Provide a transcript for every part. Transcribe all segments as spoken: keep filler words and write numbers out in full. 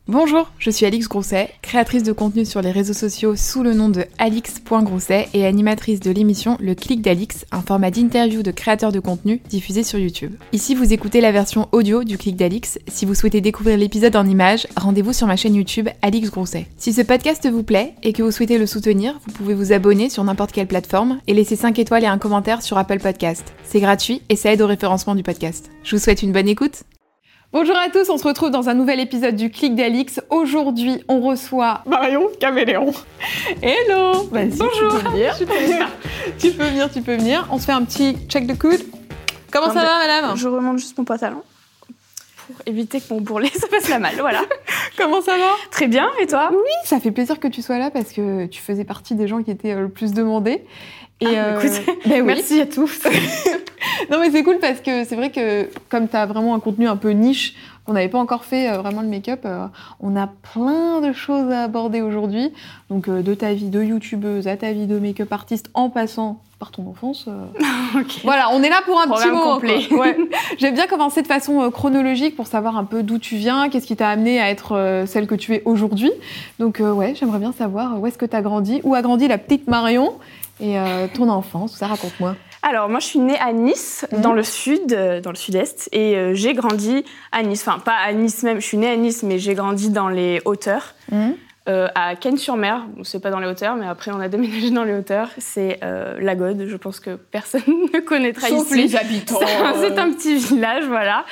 Bonjour, je suis Alix Grousset, créatrice de contenu sur les réseaux sociaux sous le nom de alix point grousset et animatrice de l'émission Le Clic d'Alix, un format d'interview de créateurs de contenu diffusé sur YouTube. Ici, vous écoutez la version audio du Clic d'Alix. Si vous souhaitez découvrir l'épisode en images, rendez-vous sur ma chaîne YouTube Alix Grousset. Si ce podcast vous plaît et que vous souhaitez le soutenir, vous pouvez vous abonner sur n'importe quelle plateforme et laisser cinq étoiles et un commentaire sur Apple Podcast. C'est gratuit et ça aide au référencement du podcast. Je vous souhaite une bonne écoute. Bonjour à tous, on se retrouve dans un nouvel épisode du Clic d'Alix. Aujourd'hui, on reçoit Marion Caméléon. Hello. Vas-y, bonjour. Tu peux venir. tu peux venir, tu peux venir. On se fait un petit check de coude. Comment non, ça va, madame ? Je remonte juste mon pantalon pour éviter que mon bourrelet se fasse la malle, voilà. Comment ça va ? Très bien, et toi ? Oui, ça fait plaisir que tu sois là parce que tu faisais partie des gens qui étaient le plus demandés. Et ah, euh, écoute, ben oui. Merci à tous. Non mais c'est cool parce que c'est vrai que comme tu as vraiment un contenu un peu niche, qu'on n'avait pas encore fait euh, vraiment le make-up, euh, on a plein de choses à aborder aujourd'hui. Donc euh, de ta vie de youtubeuse à ta vie de make-up artiste en passant par ton enfance. Euh... okay. Voilà, on est là pour un Programme petit moment. Complet. Ouais. J'aime bien commencer de façon euh, chronologique pour savoir un peu d'où tu viens, qu'est-ce qui t'a amené à être euh, celle que tu es aujourd'hui. Donc euh, ouais, j'aimerais bien savoir où est-ce que tu as grandi, où a grandi la petite Marion et euh, ton enfance, tout ça, raconte-moi. Alors, moi, je suis née à Nice, mmh. dans le sud, euh, dans le sud-est, et euh, j'ai grandi à Nice. Enfin, pas à Nice même, je suis née à Nice, mais j'ai grandi dans les hauteurs, mmh. euh, à Cannes-sur-Mer. Bon, c'est pas dans les hauteurs, mais après, on a déménagé dans les hauteurs. C'est euh, la Gaude, je pense que personne ne connaîtra Sauf ici. les habitants. C'est un, c'est un petit village, voilà.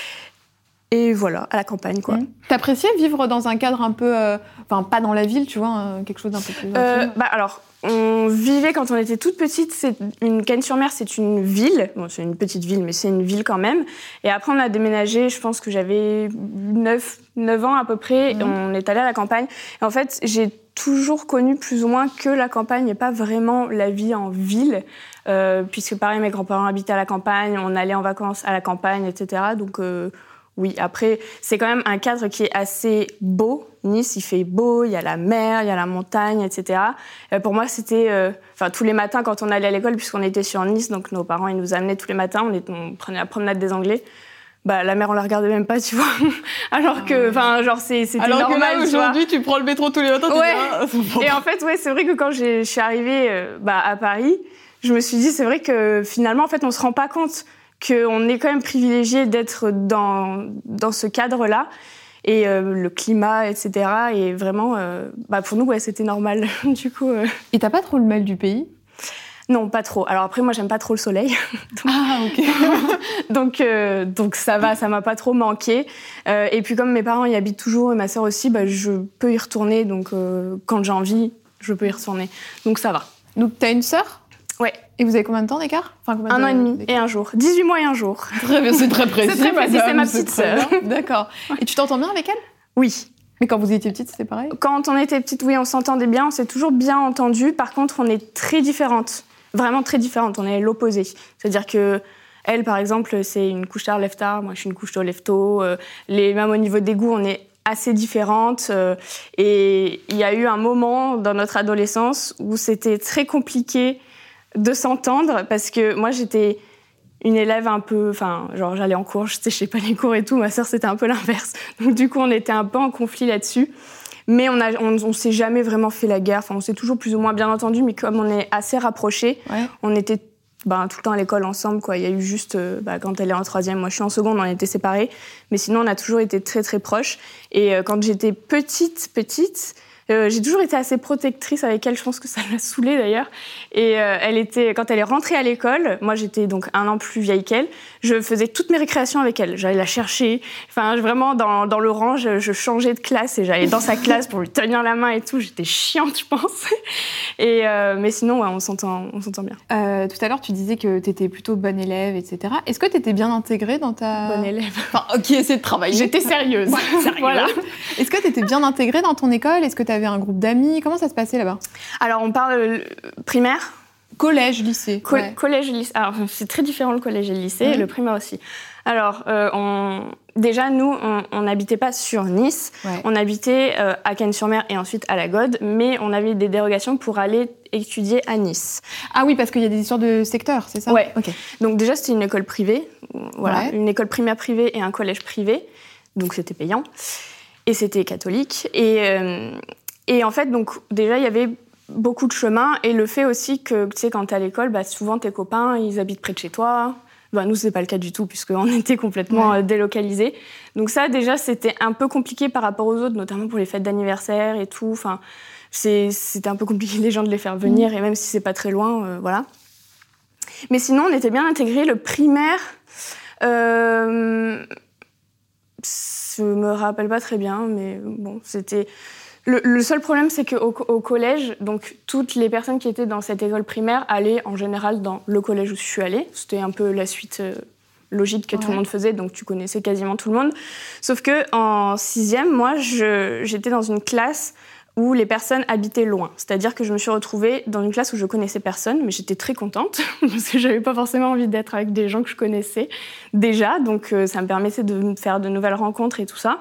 Et voilà, à la campagne, quoi. Mmh. T'appréciais vivre dans un cadre un peu... Enfin, euh, pas dans la ville, tu vois, hein, quelque chose d'un peu plus... Euh, bah alors... On vivait quand on était toute petite, c'est une Cannes-sur-Mer, c'est une ville. Bon, c'est une petite ville, mais c'est une ville quand même. Et après, on a déménagé, je pense que j'avais neuf ans à peu près. Mmh. Et on est allé à la campagne. Et en fait, j'ai toujours connu plus ou moins que la campagne et pas vraiment la vie en ville. Euh, puisque pareil, mes grands-parents habitaient à la campagne, on allait en vacances à la campagne, et cetera. Donc... Euh, Oui, après, c'est quand même un cadre qui est assez beau. Nice, il fait beau, il y a la mer, il y a la montagne, et cetera. Euh, pour moi, c'était... Enfin, euh, tous les matins, quand on allait à l'école, puisqu'on était sur Nice, donc nos parents, ils nous amenaient tous les matins, on, est, on prenait la promenade des Anglais. Bah, la mer, on la regardait même pas, tu vois. Alors que, enfin, genre, c'est, c'était Alors normal, Alors que là, aujourd'hui, tu prends le métro tous les matins, tu ouais. dis... Ah, et en fait, ouais, c'est vrai que quand j'ai, je suis arrivée euh, bah, à Paris, je me suis dit, c'est vrai que finalement, en fait, on se rend pas compte qu'on est quand même privilégié d'être dans, dans ce cadre-là. Et euh, le climat, et cetera. Et vraiment, euh, bah pour nous, ouais, c'était normal. Du coup, euh... Et t'as pas trop le mal du pays ? Non, pas trop. Alors après, moi, j'aime pas trop le soleil. donc... Ah, ok. donc, euh, donc ça va, ça m'a pas trop manqué. Euh, et puis comme mes parents y habitent toujours, et ma sœur aussi, bah, je peux y retourner. Donc euh, quand j'ai envie, je peux y retourner. Donc ça va. Donc t'as une sœur ? Ouais. Et vous avez combien de temps d'écart ? Enfin, combien Un de... an et demi et un jour. dix-huit mois et un jour. Très bien, c'est très précis. C'est très précis, madame, c'est ma petite sœur. D'accord. Et tu t'entends bien avec elle ? Oui. Mais quand vous étiez petite, c'était pareil ? Quand on était petite, oui, on s'entendait bien, on s'est toujours bien entendu. Par contre, on est très différentes. Vraiment très différentes. On est l'opposé. C'est-à-dire que elle, par exemple, c'est une couche tard, lève tard. Moi, je suis une couche tôt, lève tôt. Euh, les... Même au niveau des goûts, on est assez différentes. Euh, et il y a eu un moment dans notre adolescence où c'était très compliqué de s'entendre, parce que moi, j'étais une élève un peu... Enfin, genre, j'allais en cours, je séchais pas les cours et tout. Ma sœur, c'était un peu l'inverse. Donc, du coup, on était un peu en conflit là-dessus. Mais on a, on, on s'est jamais vraiment fait la guerre. Enfin, on s'est toujours plus ou moins bien entendu, mais comme on est assez rapprochés, ouais. on était ben, tout le temps à l'école ensemble, quoi. Il y a eu juste... Euh, ben, quand elle est en troisième, moi, je suis en seconde, on était séparés. Mais sinon, on a toujours été très, très proches. Et euh, quand j'étais petite, petite... Euh, j'ai toujours été assez protectrice avec elle, je pense que ça l'a saoulée d'ailleurs. Et euh, elle était, quand elle est rentrée à l'école, moi j'étais donc un an plus vieille qu'elle, je faisais toutes mes récréations avec elle. J'allais la chercher, enfin vraiment dans, dans le rang, je, je changeais de classe et j'allais dans sa classe pour lui tenir la main et tout. J'étais chiante, je pense. Et, euh, mais sinon, ouais, on s'entend, on s'entend bien. Euh, tout à l'heure, tu disais que tu étais plutôt bonne élève, et cetera. Est-ce que tu étais bien intégrée dans ta... Bonne élève. Enfin, qui essaie de travailler. J'étais sérieuse. Ouais, sérieuse. Voilà. Est-ce que tu étais bien intégrée dans ton école ? Est-ce que tu avais un groupe d'amis ? Comment ça se passait là-bas ? Alors, on parle euh, primaire ? Collège, lycée. Co- ouais. Collège, lycée. Alors, c'est très différent le collège et le lycée, mmh. et le primaire aussi. Alors, euh, on... déjà, nous, on n'habitait pas sur Nice. Ouais. On habitait euh, à Cannes-sur-Mer et ensuite à la Gaude, mais on avait des dérogations pour aller étudier à Nice. Ah oui, parce qu'il y a des histoires de secteurs, c'est ça ? Ouais. Okay. Donc déjà, c'était une école privée. Voilà, ouais. une école primaire privée et un collège privé. Donc, c'était payant. Et c'était catholique. Et, euh, et en fait, donc, déjà, il y avait beaucoup de chemin. Et le fait aussi que, tu sais, quand t'es à l'école, bah, souvent, tes copains, ils habitent près de chez toi. Bah, nous, c'est pas le cas du tout, puisqu'on était complètement ouais. euh, délocalisés. Donc ça, déjà, c'était un peu compliqué par rapport aux autres, notamment pour les fêtes d'anniversaire et tout. Enfin, c'est, c'était un peu compliqué, les gens, de les faire venir. Mmh. Et même si c'est pas très loin, euh, voilà. Mais sinon, on était bien intégrés. Le primaire... Euh, je me rappelle pas très bien, mais bon, c'était... Le, le seul problème, c'est qu'au au collège, donc, toutes les personnes qui étaient dans cette école primaire allaient en général dans le collège où je suis allée. C'était un peu la suite euh, logique que ouais. tout le monde faisait, donc tu connaissais quasiment tout le monde. Sauf qu'en sixième, moi, je, j'étais dans une classe où les personnes habitaient loin. C'est-à-dire que je me suis retrouvée dans une classe où je connaissais personne, mais j'étais très contente, parce que j'avais pas forcément envie d'être avec des gens que je connaissais déjà, donc euh, ça me permettait de me faire de nouvelles rencontres et tout ça.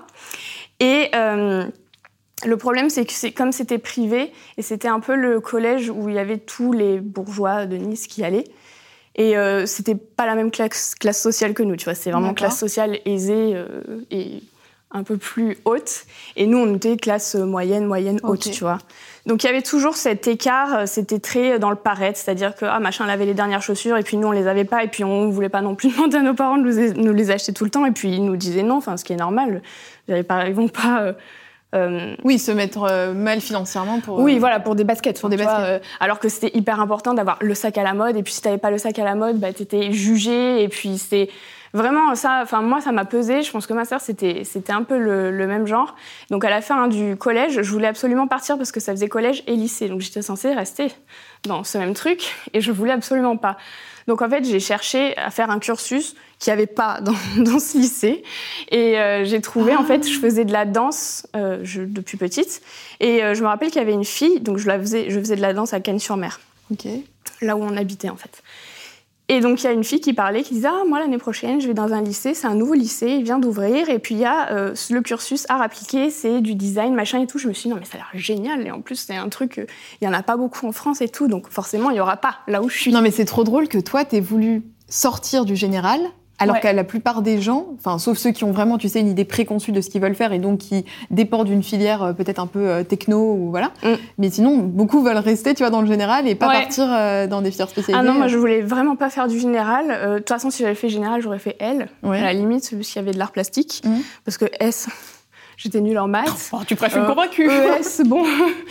Et euh, le problème, c'est que c'est, comme c'était privé, et c'était un peu le collège où il y avait tous les bourgeois de Nice qui allaient, et euh, c'était pas la même classe, classe sociale que nous, tu vois, c'est vraiment D'accord. classe sociale aisée euh, et... un peu plus haute, et nous, on était classe moyenne, moyenne haute, okay. tu vois. Donc, il y avait toujours cet écart, c'était très dans le paraître, c'est-à-dire que, ah, machin, elle avait les dernières chaussures, et puis nous, on les avait pas, et puis on voulait pas non plus demander à nos parents de nous, nous les acheter tout le temps, et puis ils nous disaient non, enfin, ce qui est normal. Ils vont pas... Euh, euh... Oui, se mettre euh, mal financièrement pour... Oui, euh... voilà, pour des baskets. Pour des baskets. Vois, euh, alors que c'était hyper important d'avoir le sac à la mode, et puis si t'avais pas le sac à la mode, bah, t'étais jugé, et puis c'était... Vraiment, ça, enfin, moi, ça m'a pesé. Je pense que ma sœur, c'était, c'était un peu le, le même genre. Donc, à la fin hein, du collège, je voulais absolument partir parce que ça faisait collège et lycée. Donc, j'étais censée rester dans ce même truc et je voulais absolument pas. Donc, en fait, j'ai cherché à faire un cursus qu'il n'y avait pas dans, dans ce lycée. Et euh, j'ai trouvé, ah. en fait, je faisais de la danse euh, je, depuis petite. Et euh, je me rappelle qu'il y avait une fille, donc je, la faisais, je faisais de la danse à Cannes-sur-Mer. Ok. Là où on habitait, en fait. Et donc, il y a une fille qui parlait, qui disait « Ah, moi, l'année prochaine, je vais dans un lycée, c'est un nouveau lycée, il vient d'ouvrir. Et puis, il y a euh, le cursus art appliqué, c'est du design, machin et tout. » Je me suis dit « Non, mais ça a l'air génial. Et en plus, c'est un truc, il euh, n'y en a pas beaucoup en France et tout. Donc, forcément, il n'y aura pas là où je suis. » Non, mais c'est trop drôle que toi, t'aies voulu sortir du général, alors ouais. qu'à la plupart des gens, enfin, sauf ceux qui ont vraiment, tu sais, une idée préconçue de ce qu'ils veulent faire et donc qui dépendent d'une filière euh, peut-être un peu euh, techno ou voilà. Mm. Mais sinon, beaucoup veulent rester, tu vois, dans le général et pas ouais. partir euh, dans des filières spécialisées. Ah non, moi, je voulais vraiment pas faire du général. De euh, toute façon, si j'avais fait général, j'aurais fait L, ouais. à la limite, s'il y avait de l'art plastique. Mm. Parce que S... J'étais nulle en maths. Oh, tu préfères euh, me convaincue. E S, bon,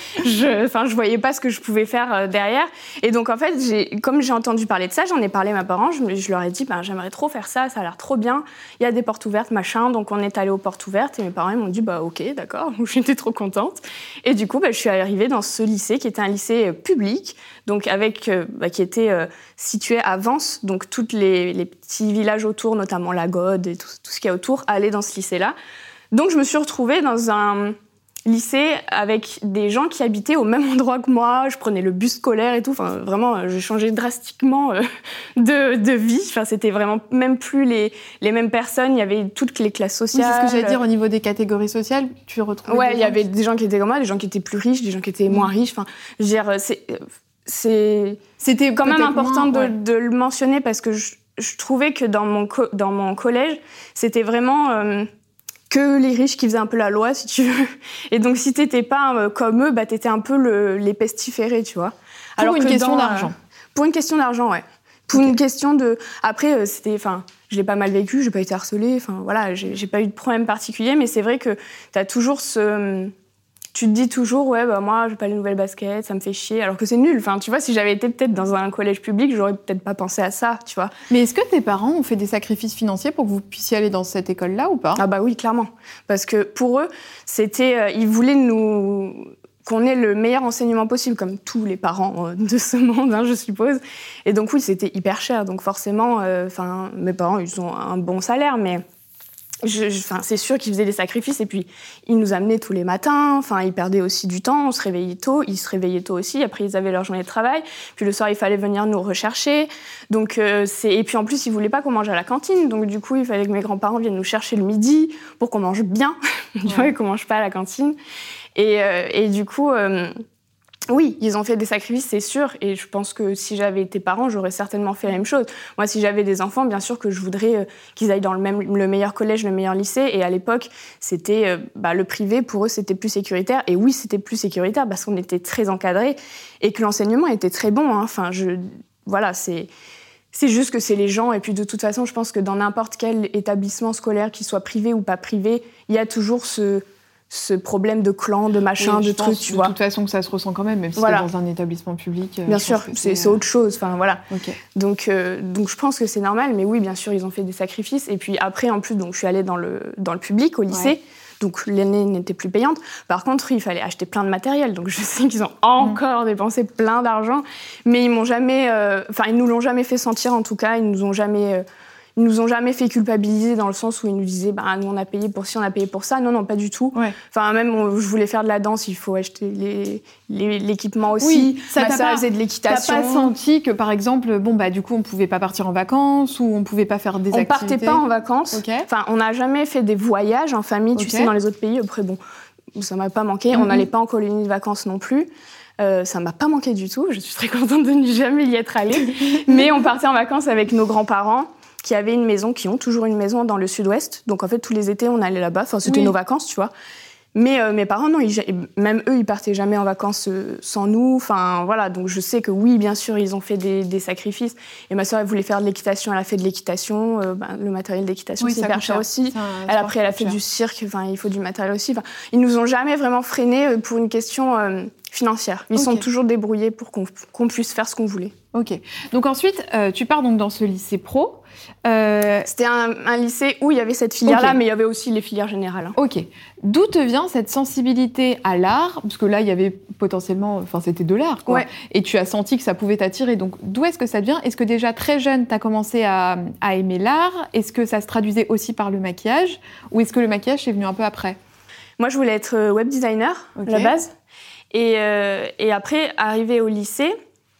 je, enfin, je voyais pas ce que je pouvais faire euh, derrière. Et donc, en fait, j'ai, comme j'ai entendu parler de ça, j'en ai parlé à mes parents. Je, je leur ai dit, ben, j'aimerais trop faire ça, ça a l'air trop bien. Il y a des portes ouvertes, machin. Donc, on est allé aux portes ouvertes. Et mes parents ils m'ont dit, bah, ok, d'accord. J'étais trop contente. Et du coup, bah, je suis arrivée dans ce lycée qui était un lycée public, donc avec, euh, bah, qui était euh, situé à Vence. Donc, tous les, les petits villages autour, notamment la Gode et tout, tout ce qu'il y a autour, allaient dans ce lycée-là. Donc, je me suis retrouvée dans un lycée avec des gens qui habitaient au même endroit que moi. Je prenais le bus scolaire et tout. Enfin, vraiment, j'ai changé drastiquement euh, de, de vie. Enfin, c'était vraiment même plus les, les mêmes personnes. Il y avait toutes les classes sociales. Oui, c'est ce que j'allais dire au niveau des catégories sociales. Tu retrouvais Ouais, il y avait des gens qui étaient comme moi, des gens qui étaient plus riches, des gens qui étaient mmh. moins riches. Enfin, je veux dire, c'est, c'est C'était quand même important moins, ouais. de, de le mentionner parce que je, je trouvais que dans mon, co- dans mon collège, c'était vraiment... Euh, que les riches qui faisaient un peu la loi, si tu veux. Et donc, si t'étais pas euh, comme eux, bah, t'étais un peu le, les pestiférés, tu vois. Pour Alors une que question dans, d'argent. Euh, pour une question d'argent, ouais. Pour okay. une question de... Après, euh, c'était... Enfin, je l'ai pas mal vécu, j'ai pas été harcelée, enfin, voilà, j'ai, j'ai pas eu de problème particulier, mais c'est vrai que t'as toujours ce... Tu te dis toujours, ouais, bah, moi, j'ai pas les nouvelles baskets, ça me fait chier, alors que c'est nul. Enfin, tu vois, si j'avais été peut-être dans un collège public, j'aurais peut-être pas pensé à ça, tu vois. Mais est-ce que tes parents ont fait des sacrifices financiers pour que vous puissiez aller dans cette école-là ou pas ? Ah bah oui, clairement. Parce que pour eux, c'était... Euh, ils voulaient nous... qu'on ait le meilleur enseignement possible, comme tous les parents euh, de ce monde, hein, je suppose. Et donc, oui, c'était hyper cher. Donc, forcément, euh, mes parents, ils ont un bon salaire, mais... Je, je, c'est sûr qu'ils faisaient des sacrifices et puis ils nous amenaient tous les matins, enfin, ils perdaient aussi du temps, on se réveillait tôt, ils se réveillaient tôt aussi, après ils avaient leur journée de travail, puis le soir il fallait venir nous rechercher, donc, euh, c'est... et puis en plus ils voulaient pas qu'on mange à la cantine, donc du coup il fallait que mes grands-parents viennent nous chercher le midi pour qu'on mange bien, tu vois, et qu'on mange pas à la cantine. Et, euh, et du coup... Euh, Oui, ils ont fait des sacrifices, c'est sûr. Et je pense que si j'avais été parent, j'aurais certainement fait la même chose. Moi, si j'avais des enfants, bien sûr que je voudrais euh, qu'ils aillent dans le, même, le meilleur collège, le meilleur lycée. Et à l'époque, c'était euh, bah, le privé, pour eux, c'était plus sécuritaire. Et oui, c'était plus sécuritaire parce qu'on était très encadrés et que l'enseignement était très bon. Hein. Enfin, je, voilà, c'est, c'est juste que c'est les gens. Et puis, de toute façon, je pense que dans n'importe quel établissement scolaire, qu'il soit privé ou pas privé, il y a toujours ce... ce problème de clan, de machin, oui, de trucs, tu vois. De toute façon, que ça se ressent quand même, même si voilà. c'est dans un établissement public. Bien sûr, c'est, c'est autre chose, enfin voilà. Okay. Donc, euh, donc je pense que c'est normal, mais oui, bien sûr, ils ont fait des sacrifices. Et puis après, en plus, donc, je suis allée dans le, dans le public, au lycée, ouais. Donc l'année n'était plus payante. Par contre, il fallait acheter plein de matériel, donc je sais qu'ils ont encore mmh. dépensé plein d'argent, mais ils m'ont jamais... Enfin, euh, ils nous l'ont jamais fait sentir, en tout cas, ils nous ont jamais... Euh, Ils nous ont jamais fait culpabiliser dans le sens où ils nous disaient bah, nous on a payé pour ci, on a payé pour ça. Non, non, pas du tout. Ouais. Enfin, même on, je voulais faire de la danse, il faut acheter les, les, l'équipement aussi. Oui, ça bah, ça faisait de l'équitation. T'as pas senti que par exemple, bon bah du coup on pouvait pas partir en vacances ou on pouvait pas faire des on activités. On partait pas en vacances. Okay. Enfin, on n'a jamais fait des voyages en famille, tu okay. sais, dans les autres pays. Après bon, ça m'a pas manqué. Mm-hmm. On n'allait pas en colonie de vacances non plus. Euh, ça m'a pas manqué du tout. Je suis très contente de ne jamais y être allée. Mais on partait en vacances avec nos grands-parents, qui avaient une maison, qui ont toujours une maison dans le sud-ouest. Donc, en fait, tous les étés, on allait là-bas. Enfin, c'était oui. nos vacances, tu vois. Mais euh, mes parents, non, ils, même eux, ils partaient jamais en vacances euh, sans nous. Enfin, voilà. Donc, je sais que oui, bien sûr, ils ont fait des, des sacrifices. Et ma sœur, elle voulait faire de l'équitation. Elle a fait de l'équitation. Euh, ben, le matériel d'équitation, oui, c'est hyper cher aussi. Elle, après, elle a fait cher. Du cirque. Enfin, il faut du matériel aussi. Enfin, ils nous ont jamais vraiment freinés pour une question euh, financière. Ils okay. sont toujours débrouillés pour qu'on, qu'on puisse faire ce qu'on voulait. Ok. Donc ensuite, euh, tu pars donc dans ce lycée pro. Euh... C'était un, un lycée où il y avait cette filière-là, okay. mais il y avait aussi les filières générales. Hein. Ok. D'où te vient cette sensibilité à l'art ? Parce que là, il y avait potentiellement... Enfin, c'était de l'art, quoi. Ouais. Et tu as senti que ça pouvait t'attirer. Donc, d'où est-ce que ça vient ? Est-ce que déjà, très jeune, tu as commencé à, à aimer l'art ? Est-ce que ça se traduisait aussi par le maquillage ? Ou est-ce que le maquillage est venu un peu après ? Moi, je voulais être web designer, okay. à la base. Et, euh, et après, arrivée au lycée...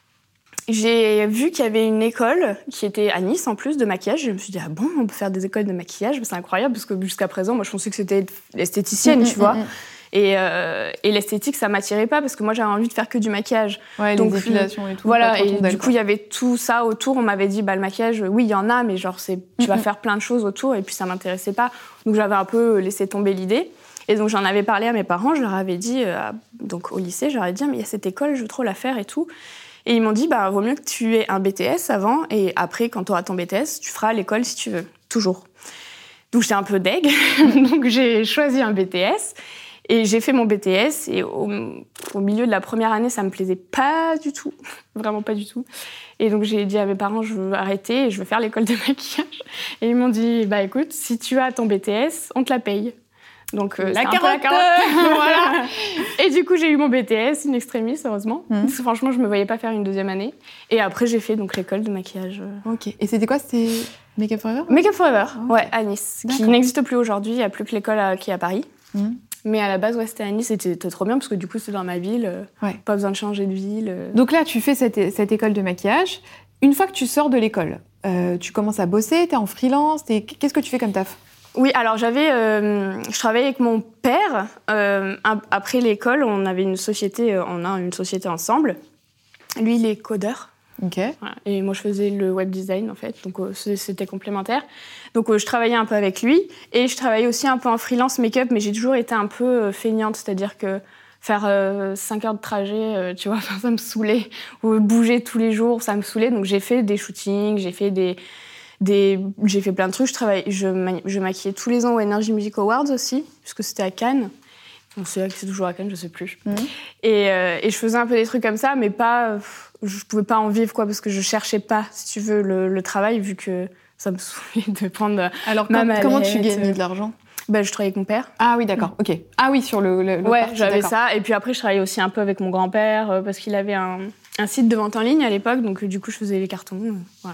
J'ai vu qu'il y avait une école qui était à Nice, en plus, de maquillage. Je me suis dit, ah bon, on peut faire des écoles de maquillage ? C'est incroyable, parce que jusqu'à présent, moi, je pensais que c'était l'esthéticienne, mmh, tu mmh, vois. Mmh. Et, euh, et l'esthétique, ça m'attirait pas, parce que moi, j'avais envie de faire que du maquillage. Ouais, donc, les épilations et tout. Voilà, et du coup, il y avait tout ça autour. On m'avait dit, bah, le maquillage, oui, il y en a, mais genre, c'est, tu mmh, vas mmh. faire plein de choses autour, et puis ça m'intéressait pas. Donc, j'avais un peu laissé tomber l'idée. Et donc, j'en avais parlé à mes parents, je leur avais dit, euh, donc au lycée, je leur ai dit, mais il y a cette école, je veux trop la faire et tout. Et ils m'ont dit, bah, vaut mieux que tu aies un B T S avant, et après, quand tu auras ton B T S, tu feras l'école si tu veux, toujours. Donc, j'étais un peu deg, donc j'ai choisi un B T S, et j'ai fait mon B T S, et au, au milieu de la première année, ça me plaisait pas du tout, vraiment pas du tout. Et donc, j'ai dit à mes parents, je veux arrêter, et je veux faire l'école de maquillage. Et ils m'ont dit, bah, écoute, si tu as ton B T S, on te la paye. Donc, euh, la, carotte. la carotte voilà. Et du coup, j'ai eu mon B T S, in extremis, heureusement. Mmh. Parce que franchement, je me voyais pas faire une deuxième année. Et après, j'ai fait donc l'école de maquillage. Ok. Et c'était quoi ? C'était Make Up Forever ? Make Up Forever, okay. Ouais, à Nice. D'accord. Qui n'existe plus aujourd'hui. Il n'y a plus que l'école à, qui est à Paris. Mmh. Mais à la base, ouais, c'était à Nice. C'était, c'était trop bien parce que du coup, c'était dans ma ville. Euh, ouais. Pas besoin de changer de ville. Euh. Donc là, tu fais cette, cette école de maquillage. Une fois que tu sors de l'école, euh, tu commences à bosser, t'es en freelance. T'es... Qu'est-ce que tu fais comme taf ? Oui, alors j'avais, euh, je travaillais avec mon père. Euh, après l'école, on avait une société, on a une société ensemble. Lui, il est codeur. Ok. Voilà. Et moi, je faisais le web design en fait, donc euh, c'était complémentaire. Donc euh, je travaillais un peu avec lui et je travaillais aussi un peu en freelance make-up, mais j'ai toujours été un peu euh, feignante, c'est-à-dire que faire euh, cinq heures de trajet, euh, tu vois, ça me saoulait. Ou bouger tous les jours, ça me saoulait. Donc j'ai fait des shootings, j'ai fait des Des... J'ai fait plein de trucs. Je, travaille... je, ma... je maquillais tous les ans aux Energy Music Awards aussi, puisque c'était à Cannes. Donc, c'est là que c'est toujours à Cannes, je sais plus. Mmh. Et, euh, et je faisais un peu des trucs comme ça, mais pas... Je pouvais pas en vivre, quoi, parce que je cherchais pas, si tu veux, le, le travail, vu que ça me saoulait de prendre Alors, ma quand, mallette. Comment tu gagnais de l'argent ? Ben, je travaillais avec mon père. Ah oui, d'accord, mmh. ok. Ah oui, sur le... le, le ouais, parti, j'avais d'accord. ça. Et puis après, je travaillais aussi un peu avec mon grand-père, euh, parce qu'il avait un, un site de vente en ligne à l'époque, donc du coup, je faisais les cartons, euh, voilà.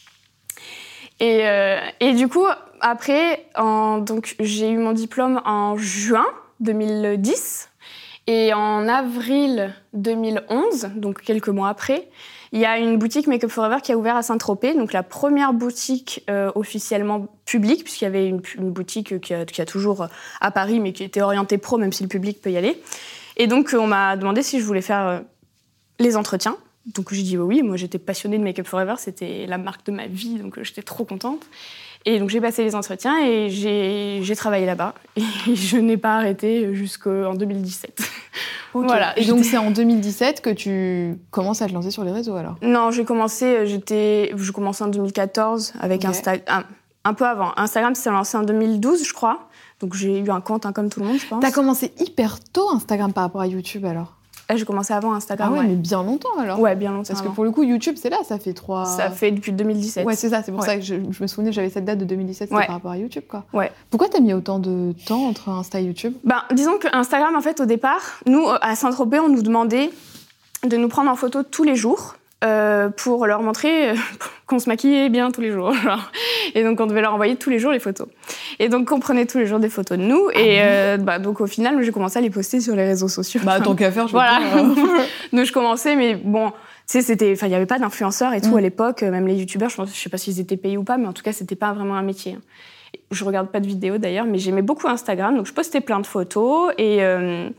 Et, euh, et du coup, après, en, donc, j'ai eu mon diplôme en juin deux mille dix. Et en avril deux mille onze, donc quelques mois après, il y a une boutique Make Up Forever qui a ouvert à Saint-Tropez. Donc la première boutique euh, officiellement publique, puisqu'il y avait une, une boutique qui a, qui a toujours à Paris, mais qui était orientée pro, même si le public peut y aller. Et donc, on m'a demandé si je voulais faire euh, les entretiens. Donc, j'ai dit oui. Moi, j'étais passionnée de Make Up For Ever. C'était la marque de ma vie, donc euh, j'étais trop contente. Et donc, j'ai passé les entretiens et j'ai, j'ai travaillé là-bas. Et je n'ai pas arrêté jusqu'en deux mille dix-sept. Okay. Voilà. Et donc, c'est en deux mille dix-sept que tu commences à te lancer sur les réseaux, alors? Non, j'ai commencé, j'étais, je commençais en deux mille quatorze avec okay. Instagram. Un, un peu avant. Instagram s'est lancé en deux mille douze, je crois. Donc, j'ai eu un compte, hein, comme tout le monde, je pense. T'as commencé hyper tôt Instagram par rapport à YouTube, alors? J'ai commencé avant Instagram. Ah ouais, ouais, mais bien longtemps alors. Ouais, bien longtemps. Parce avant. que pour le coup, YouTube, c'est là, ça fait trois. Ça fait depuis deux mille dix-sept. Ouais, c'est ça, c'est pour ouais. ça que je, je me souvenais, j'avais cette date de deux mille dix-sept, c'était ouais. par rapport à YouTube, quoi. Ouais. Pourquoi t'as mis autant de temps entre Insta et YouTube? Ben, disons que Instagram, en fait, au départ, nous, à Saint-Tropez, on nous demandait de nous prendre en photo tous les jours. Euh, pour leur montrer euh, qu'on se maquillait bien tous les jours. Genre. Et donc, on devait leur envoyer tous les jours les photos. Et donc, on prenait tous les jours des photos de nous. Ah et euh, bah, donc, au final, j'ai commencé à les poster sur les réseaux sociaux. Bah, tant qu'à faire, je voilà. Donc, je commençais, mais bon, tu sais, c'était, enfin, il n'y avait pas d'influenceurs et tout mm. à l'époque. Même les youtubeurs, je ne sais pas s'ils étaient payés ou pas, mais en tout cas, c'était pas vraiment un métier. Je regarde pas de vidéos d'ailleurs, mais j'aimais beaucoup Instagram. Donc, je postais plein de photos et... Euh,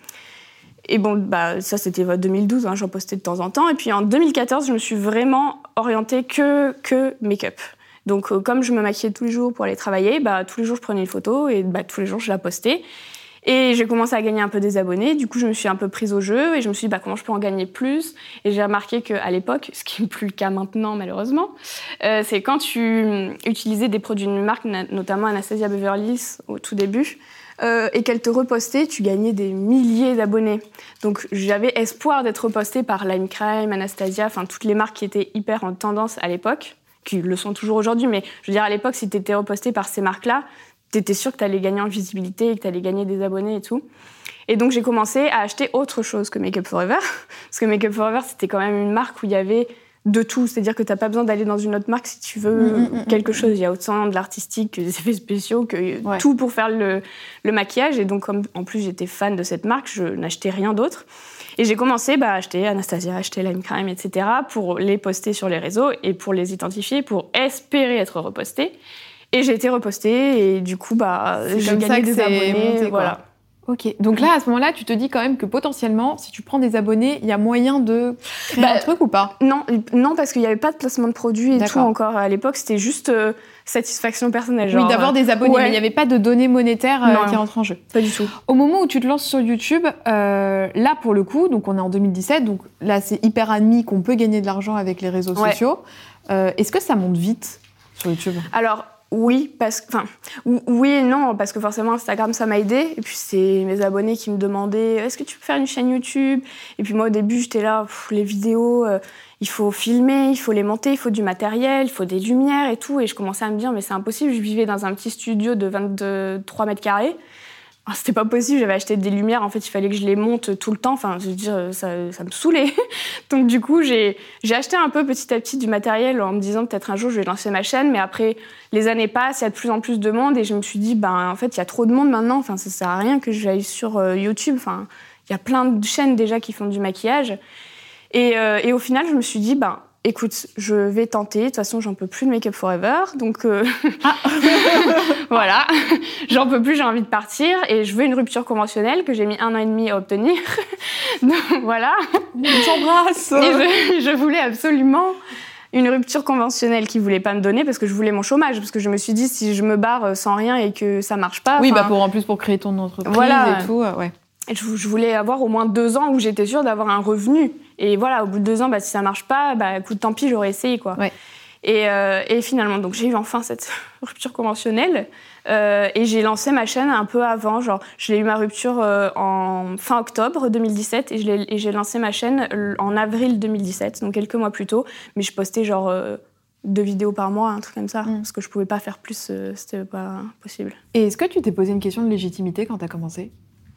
Et bon, bah, ça, c'était deux mille douze, hein, j'en postais de temps en temps. Et puis en deux mille quatorze, je me suis vraiment orientée que, que make-up. Donc, euh, comme je me maquillais tous les jours pour aller travailler, bah, tous les jours, je prenais une photo et bah, tous les jours, je la postais. Et j'ai commencé à gagner un peu des abonnés. Du coup, je me suis un peu prise au jeu et je me suis dit, bah, comment je peux en gagner plus? Et j'ai remarqué qu'à l'époque, ce qui n'est plus le cas maintenant, malheureusement, euh, c'est quand tu utilisais des produits d'une marque, notamment Anastasia Beverly Hills au tout début, Euh, et qu'elle te repostait, tu gagnais des milliers d'abonnés. Donc j'avais espoir d'être repostée par Lime Crime, Anastasia, enfin toutes les marques qui étaient hyper en tendance à l'époque, qui le sont toujours aujourd'hui, mais je veux dire à l'époque, si tu étais repostée par ces marques-là, tu étais sûre que tu allais gagner en visibilité et que tu allais gagner des abonnés et tout. Et donc j'ai commencé à acheter autre chose que Make Up For Ever, parce que Make Up For Ever, c'était quand même une marque où il y avait de tout, c'est-à-dire que t'as pas besoin d'aller dans une autre marque si tu veux mmh, quelque mmh, chose. Il y a autant de l'artistique que des effets spéciaux, que ouais. tout pour faire le, le maquillage. Et donc, comme en plus j'étais fan de cette marque, je n'achetais rien d'autre. Et j'ai commencé bah, à acheter Anastasia, acheter Lime Crime, et cetera pour les poster sur les réseaux et pour les identifier, pour espérer être repostée. Et j'ai été repostée et du coup, bah, j'ai gagné des abonnés. Monté, voilà. Ok, donc là, à ce moment-là, tu te dis quand même que potentiellement, si tu prends des abonnés, il y a moyen de créer bah, un truc ou pas? Non, non, parce qu'il n'y avait pas de placement de produits et D'accord. tout encore à l'époque. C'était juste euh, satisfaction personnelle. Genre, oui, d'avoir des abonnés, ouais. mais il n'y avait pas de données monétaires euh, non, qui rentrent en jeu. Pas du tout. Au moment où tu te lances sur YouTube, euh, là, pour le coup, donc on est en deux mille dix-sept, donc là, c'est hyper admis qu'on peut gagner de l'argent avec les réseaux ouais. sociaux. Euh, est-ce que ça monte vite sur YouTube? Alors... Oui, parce que, enfin, oui et non, parce que forcément Instagram ça m'a aidée. Et puis c'est mes abonnés qui me demandaient est-ce que tu peux faire une chaîne YouTube? Et puis moi au début j'étais là, pff, les vidéos, euh, il faut filmer, il faut les monter, il faut du matériel, il faut des lumières et tout. Et je commençais à me dire mais c'est impossible, je vivais dans un petit studio de vingt-trois mètres carrés. Alors, c'était pas possible, j'avais acheté des lumières, en fait il fallait que je les monte tout le temps, enfin je veux dire ça, ça me saoulait. Donc du coup j'ai, j'ai acheté un peu petit à petit du matériel en me disant peut-être un jour je vais lancer ma chaîne, mais après les années passent, il y a de plus en plus de monde et je me suis dit ben en fait il y a trop de monde maintenant, enfin ça sert à rien que j'aille sur euh, YouTube, enfin il y a plein de chaînes déjà qui font du maquillage et, euh, et au final je me suis dit ben écoute, je vais tenter. De toute façon, j'en peux plus de Make Up For Ever. Donc, euh... ah. voilà. J'en peux plus, j'ai envie de partir. Et je veux une rupture conventionnelle que j'ai mis un an et demi à obtenir. Donc, voilà. On s'embrasse. Et je, je voulais absolument une rupture conventionnelle qu'ils voulaient pas me donner parce que je voulais mon chômage. Parce que je me suis dit, si je me barre sans rien et que ça marche pas... Oui, bah pour, en plus pour créer ton entreprise voilà. et tout, euh, ouais. Je voulais avoir au moins deux ans où j'étais sûre d'avoir un revenu. Et voilà, au bout de deux ans, bah, si ça marche pas, bah, écoute, tant pis, j'aurais essayé, quoi. Ouais. Et, euh, et finalement, donc j'ai eu enfin cette rupture conventionnelle euh, et j'ai lancé ma chaîne un peu avant. Genre, je l'ai eu ma rupture euh, en fin octobre deux mille dix-sept et, je l'ai, et j'ai lancé ma chaîne en avril deux mille dix-sept, donc quelques mois plus tôt. Mais je postais genre euh, deux vidéos par mois, un truc comme ça, mmh. parce que je pouvais pas faire plus, euh, c'était pas possible. Et est-ce que tu t'es posé une question de légitimité quand t'as commencé ?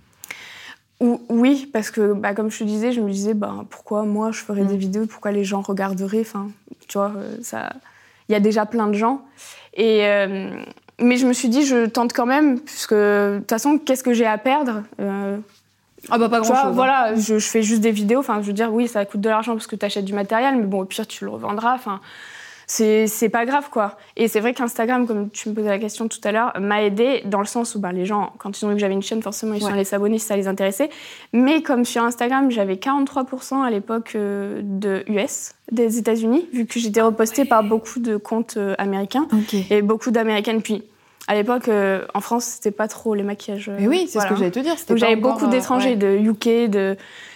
Oui, parce que bah, comme je te disais, je me disais bah, pourquoi moi je ferais mmh. des vidéos, pourquoi les gens regarderaient, enfin, tu vois, ça, il y a déjà plein de gens. Et, euh, mais je me suis dit, je tente quand même, puisque de toute façon, qu'est-ce que j'ai à perdre euh, Ah bah pas grand-chose. Hein. Voilà, je, je fais juste des vidéos, enfin, je veux dire, oui, ça coûte de l'argent parce que tu achètes du matériel, mais bon, au pire, tu le revendras, enfin... c'est, c'est pas grave, quoi. Et c'est vrai qu'Instagram, comme tu me posais la question tout à l'heure, m'a aidée dans le sens où ben, les gens, quand ils ont vu que j'avais une chaîne, forcément, ils ouais. sont allés s'abonner si ça les intéressait. Mais comme sur Instagram, j'avais quarante-trois pour cent à l'époque euh, de U S, des États-Unis, vu que j'étais repostée ouais. par beaucoup de comptes euh, américains okay. et beaucoup d'Américaines. Puis, à l'époque, euh, en France, c'était pas trop les maquillages. Euh, Mais oui, c'est voilà. ce que j'allais te dire. Donc, j'avais beaucoup d'étrangers, euh, ouais. de U K, de...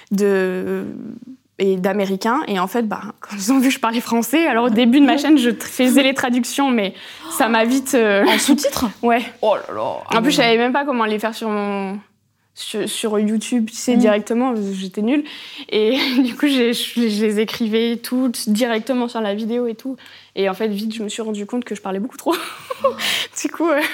de et d'américains. Et en fait, bah, quand ils ont vu que je parlais français, alors au début de ma chaîne, je faisais les traductions, mais ça m'a vite... Euh... En sous-titres ? Ouais. Oh là là. En plus, je savais même pas comment les faire sur mon... Sur, sur YouTube, tu sais, mmh. directement, j'étais nulle. Et du coup, j'ai, je, je les écrivais toutes directement sur la vidéo et tout. Et en fait, vite, je me suis rendu compte que je parlais beaucoup trop. Du coup, euh...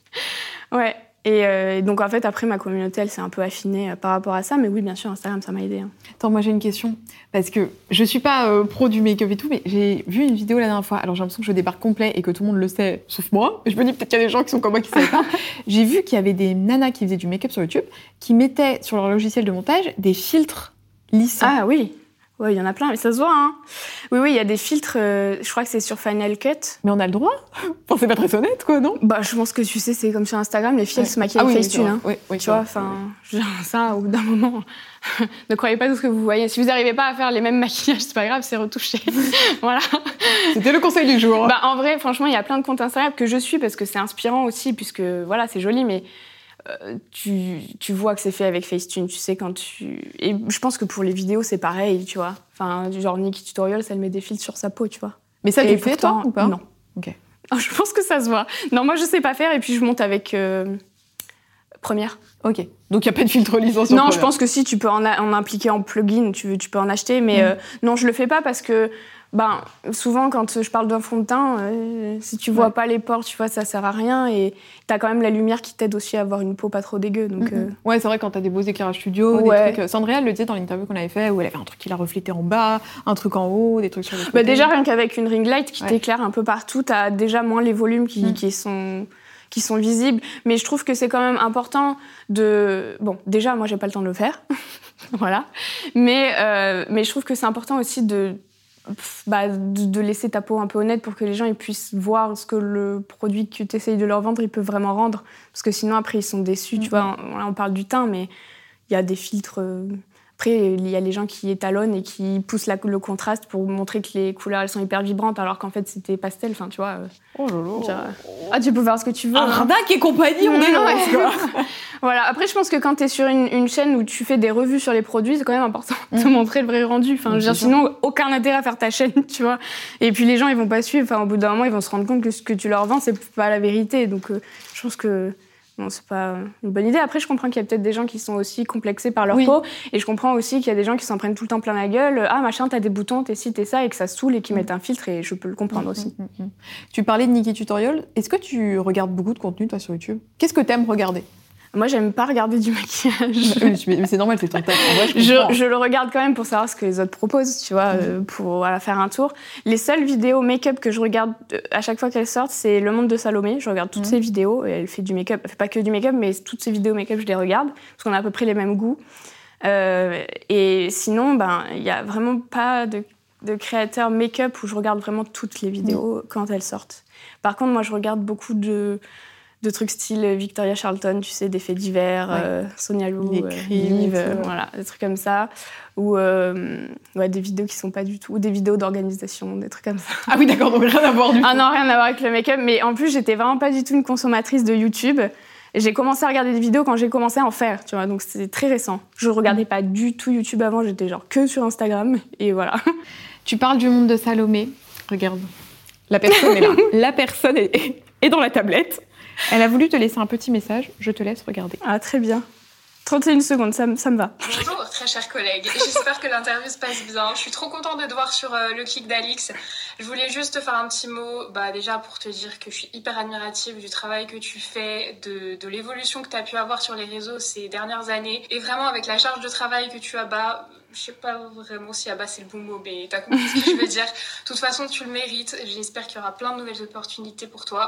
ouais. Et, euh, et donc, en fait, après, ma communauté, elle s'est un peu affinée euh, par rapport à ça. Mais oui, bien sûr, Instagram, ça m'a aidée. Hein. Attends, moi, j'ai une question. Parce que je suis pas euh, pro du make-up et tout, mais j'ai vu une vidéo la dernière fois. Alors, j'ai l'impression que je débarque complet et que tout le monde le sait, sauf moi. Et je me dis, peut-être qu'il y a des gens qui sont comme moi qui ne savaient pas. J'ai vu qu'il y avait des nanas qui faisaient du make-up sur YouTube, qui mettaient sur leur logiciel de montage des filtres lissants. Ah oui. Oui, il y en a plein, mais ça se voit, hein. Oui, oui, il y a des filtres, euh, je crois que c'est sur Final Cut. Mais on a le droit. Enfin, c'est pas très honnête, quoi, non ? Bah, je pense que tu sais, c'est comme sur Instagram, les filles, ouais. elles se maquillent ah, avec oui, Facetune, hein. Oui, oui, tu vois, enfin, oui. ça, au bout d'un moment, ne croyez pas tout ce que vous voyez. Si vous n'arrivez pas à faire les mêmes maquillages, c'est pas grave, c'est retouché. Voilà. C'était le conseil du jour. Bah, en vrai, franchement, il y a plein de comptes Instagram que je suis parce que c'est inspirant aussi, puisque, voilà, c'est joli, mais... Euh, tu, tu vois que c'est fait avec Facetune, tu sais quand tu... Et je pense que pour les vidéos, c'est pareil, tu vois. Enfin, du genre Nikki Tutorials, elle met des filtres sur sa peau, tu vois. Mais ça, tu le fais, toi, ou pas ? Non. Ok. Oh, je pense que ça se voit. Non, moi, je sais pas faire, et puis je monte avec euh, Première. Ok. Donc, il n'y a pas de filtre lissant sur Non, Première. Je pense que si, tu peux en, a- en impliquer en plugin, tu, tu peux en acheter, mais mmh. euh, non, je le fais pas parce que... Ben, souvent, quand je parle d'un fond de teint, euh, si tu vois ouais. pas les pores, tu vois, ça sert à rien. Et t'as quand même la lumière qui t'aide aussi à avoir une peau pas trop dégueu. Donc, mm-hmm. euh... Ouais, c'est vrai, quand t'as des beaux éclairages studio, ouais. des trucs... Sandria, elle le disait dans l'interview qu'on avait fait, où elle avait un truc qui la reflétait en bas, un truc en haut, des trucs sur les côtés. Bah déjà, rien qu'avec une ring light qui ouais. t'éclaire un peu partout, t'as déjà moins les volumes qui, mm. qui sont... qui sont visibles. Mais je trouve que c'est quand même important de... Bon, déjà, moi, j'ai pas le temps de le faire. Voilà. Mais, euh, mais je trouve que c'est important aussi de... Bah, de laisser ta peau un peu honnête pour que les gens ils puissent voir ce que le produit que tu essayes de leur vendre, il peut vraiment rendre. Parce que sinon, après, ils sont déçus. Mm-hmm. Tu vois, on, on parle du teint, mais il y a des filtres... Euh... Après, il y a les gens qui étalonnent et qui poussent la, le contraste pour montrer que les couleurs, elles sont hyper vibrantes, alors qu'en fait, c'était pastel. Enfin, tu vois... Euh... Oh là là. Genre, ah, tu peux voir ce que tu veux. Un Ardac et compagnie, on est là, quoi. Voilà. Après, je pense que quand t'es sur une, une chaîne où tu fais des revues sur les produits, c'est quand même important de mmh. montrer le vrai rendu. Enfin, je veux dire, sinon, aucun intérêt à faire ta chaîne, tu vois. Et puis, les gens, ils vont pas suivre. Enfin, au bout d'un moment, ils vont se rendre compte que ce que tu leur vends, c'est pas la vérité. Donc, euh, je pense que... Non, c'est pas une bonne idée. Après, je comprends qu'il y a peut-être des gens qui sont aussi complexés par leur oui. peau. Et je comprends aussi qu'il y a des gens qui s'en prennent tout le temps plein la gueule. Ah, machin, t'as des boutons, t'es ci, t'es ça, et que ça saoule et qui mmh. mettent un filtre. Et je peux le comprendre mmh, aussi. Mmh, mmh. Tu parlais de Nikki Tutorial. Est-ce que tu regardes beaucoup de contenu, toi, sur YouTube ? Qu'est-ce que t'aimes regarder ? Moi, j'aime pas regarder du maquillage. Mais c'est normal, c'est ton taf. En vrai, je, je, je le regarde quand même pour savoir ce que les autres proposent, tu vois, mmh. euh, pour voilà, faire un tour. Les seules vidéos make-up que je regarde à chaque fois qu'elles sortent, c'est Le Monde de Salomé. Je regarde toutes mmh. ses vidéos. Et elle fait du make-up. Elle fait pas que du make-up, mais toutes ses vidéos make-up, je les regarde. Parce qu'on a à peu près les mêmes goûts. Euh, et sinon, ben, il y a vraiment pas de, de créateurs make-up où je regarde vraiment toutes les vidéos mmh. quand elles sortent. Par contre, moi, je regarde beaucoup de... de trucs style Victoria Charlton, tu sais, des faits divers, ouais. euh, Sonia Lou, les crimes, euh, euh, voilà, des trucs comme ça, ou euh, ouais, des vidéos qui sont pas du tout, ou des vidéos d'organisation, des trucs comme ça. Ah oui, d'accord, donc rien à voir du tout. Ah non, rien à voir avec le make-up, mais en plus, j'étais vraiment pas du tout une consommatrice de YouTube. J'ai commencé à regarder des vidéos quand j'ai commencé à en faire, tu vois, donc c'est très récent. Je regardais pas du tout YouTube avant, j'étais genre que sur Instagram, et voilà. Tu parles du Monde de Salomé, regarde, la personne est là, la personne est, est dans la tablette. Elle a voulu te laisser un petit message, je te laisse regarder. Ah, très bien. trente et une secondes, ça, ça me va. Bonjour, très chers collègues. J'espère que l'interview se passe bien. Je suis trop contente de te voir sur euh, le clic d'Alix. Je voulais juste te faire un petit mot, bah, déjà pour te dire que je suis hyper admirative du travail que tu fais, de, de l'évolution que tu as pu avoir sur les réseaux ces dernières années. Et vraiment, avec la charge de travail que tu as bas, je sais pas vraiment si abat c'est le bon mot, mais t'as compris ce que je veux dire. De toute façon, tu le mérites. J'espère qu'il y aura plein de nouvelles opportunités pour toi.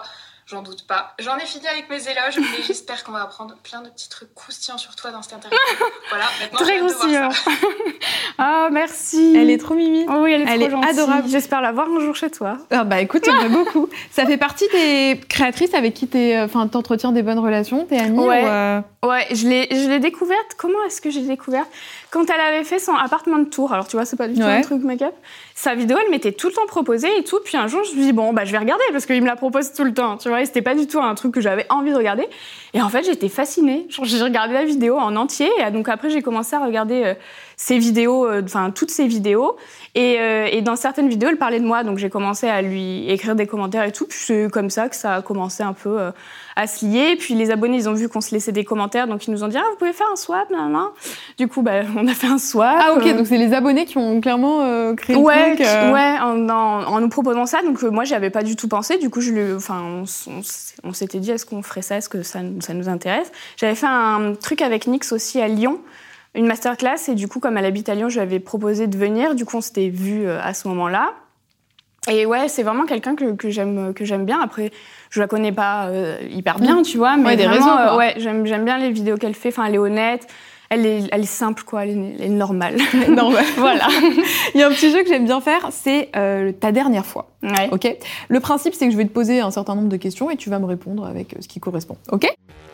J'en doute pas. J'en ai fini avec mes éloges, mais j'espère qu'on va apprendre plein de petits trucs croustillants sur toi dans cette interview. Voilà, maintenant Très croustillant. Ah, merci. Elle est trop mimi. Oh oui, elle est elle trop est gentille. adorable. J'espère la voir un jour chez toi. Ah bah écoute, j'aimerais beaucoup. Ça fait partie des créatrices avec qui t'es, enfin, t'entretiens des bonnes relations, t'es amie Ouais. ou euh... Ouais, je l'ai, je l'ai découverte. Comment est-ce que j'ai découvert ? Quand elle avait fait son appartement de tour. Alors tu vois, c'est pas du tout Ouais. un truc make-up. Sa vidéo, elle m'était tout le temps proposée et tout. Puis un jour, je me suis dit bon, bah je vais regarder parce qu'il me la propose tout le temps. Tu vois, et c'était pas du tout un truc que j'avais envie de regarder. Et en fait, j'étais fascinée. Genre, j'ai regardé la vidéo en entier. Et donc après, j'ai commencé à regarder euh, ses vidéos, enfin euh, toutes ses vidéos. Et, euh, et dans certaines vidéos, elle parlait de moi. Donc j'ai commencé à lui écrire des commentaires et tout. Puis c'est comme ça que ça a commencé un peu euh, à se lier. Puis les abonnés, ils ont vu qu'on se laissait des commentaires. Donc ils nous ont dit ah, vous pouvez faire un swap, nan, nan. Du coup, bah, on a fait un swap. Ah ok, euh, donc c'est les abonnés qui ont clairement euh, créé Ouais, le truc. euh. ouais, en, en, en nous proposant ça. Donc euh, moi, j'y avais pas du tout pensé. Du coup, je lui, enfin, on, s- on s- on s'était dit, est-ce qu'on ferait ça ? Est-ce que ça, nous- ça nous intéresse ? J'avais fait un truc avec Nix aussi à Lyon, une masterclass. Et du coup, comme elle habite à Lyon, je lui avais proposé de venir. Du coup, on s'était vus euh, à ce moment-là. Et ouais, c'est vraiment quelqu'un que, que j'aime que j'aime bien. Après, je la connais pas euh, hyper bien, tu vois, mais Ouais, des vraiment, réseaux, quoi. euh, ouais, j'aime j'aime bien les vidéos qu'elle fait. Enfin, elle est honnête, elle est elle est simple, quoi, elle est, elle est normale. Normal. Voilà. Il y a un petit jeu que j'aime bien faire, c'est euh, ta dernière fois. Ouais. Ok. Le principe, c'est que je vais te poser un certain nombre de questions et tu vas me répondre avec euh, ce qui correspond. Ok.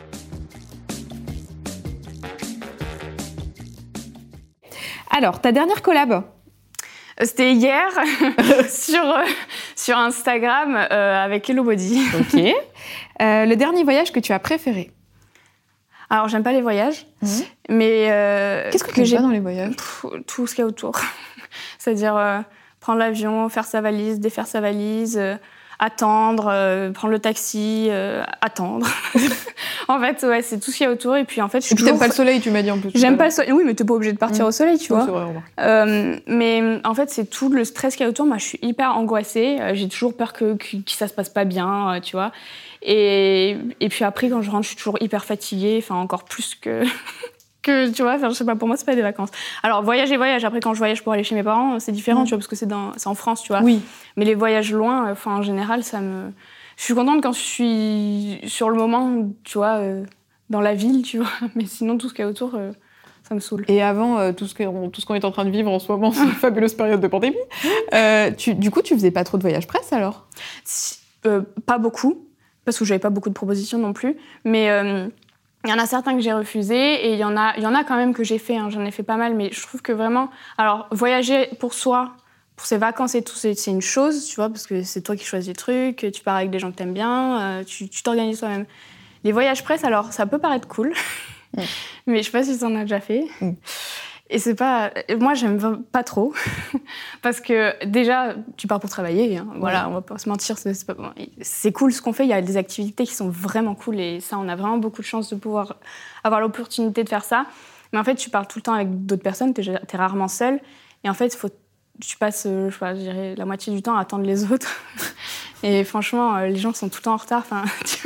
Alors, ta dernière collab. C'était hier sur, euh, sur Instagram euh, avec Hello Body. Ok. Euh, le dernier voyage que tu as préféré. Alors, j'aime pas les voyages, Mhm. mais. euh, Qu'est-ce que, tu j'ai aimes pas dans les voyages? Pff, tout ce qu'il y a autour. C'est-à-dire euh, prendre l'avion, faire sa valise, défaire sa valise, euh, attendre, euh, prendre le taxi, euh, attendre. En fait, ouais, c'est tout ce qu'il y a autour. Et puis, en fait, je suis Et puis t'aimes toujours- pas le soleil, tu m'as dit en plus. J'aime pas le soleil. Oui, mais t'es pas obligé de partir Mhm. au soleil, tu Oui, vois. c'est vrai, remarque. Euh, mais en fait, c'est tout le stress qu'il y a autour. Moi, je suis hyper angoissée. Euh, J'ai toujours peur que, que, que ça se passe pas bien, euh, tu vois. Et, et puis après, quand je rentre, je suis toujours hyper fatiguée. Enfin, encore plus que... que tu vois, enfin, je sais pas, pour moi, c'est pas des vacances. Alors, voyager, voyage. Après, quand je voyage pour aller chez mes parents, c'est différent, Mm. tu vois, parce que c'est, dans, c'est en France, tu vois. Oui. Mais les voyages loin, enfin, en général, ça me... Je suis contente quand je suis sur le moment, tu vois, euh, dans la ville, tu vois. Mais sinon, tout ce qu'il y a autour, euh, ça me saoule. Et avant euh, tout ce qu'on tout ce qu'on est en train de vivre en ce moment, c'est une fabuleuse période de pandémie. Euh, tu, du coup, tu faisais pas trop de voyages presse alors? Si- euh, pas beaucoup, parce que j'avais pas beaucoup de propositions non plus, mais euh, il y en a certains que j'ai refusés et il y en a, il y en a quand même que j'ai fait, hein, j'en ai fait pas mal, mais je trouve que vraiment, alors voyager pour soi, pour ses vacances et tout, c'est, c'est une chose, tu vois, parce que c'est toi qui choisis les trucs, tu pars avec des gens que t'aimes bien, euh, tu, tu t'organises toi-même. Les voyages presse, alors ça peut paraître cool, Mm. mais je sais pas si t'en as déjà fait. Mm. Et c'est pas... Moi, j'aime pas trop. Parce que déjà, tu pars pour travailler. Hein. Voilà, on va pas se mentir. C'est, c'est, pas... c'est cool ce qu'on fait. Il y a des activités qui sont vraiment cool. Et ça, on a vraiment beaucoup de chance de pouvoir avoir l'opportunité de faire ça. Mais en fait, tu parles tout le temps avec d'autres personnes. T'es, t'es rarement seule. Et en fait, faut... tu passes, je sais pas, je dirais, la moitié du temps à attendre les autres. Et franchement, les gens sont tout le temps en retard. Enfin,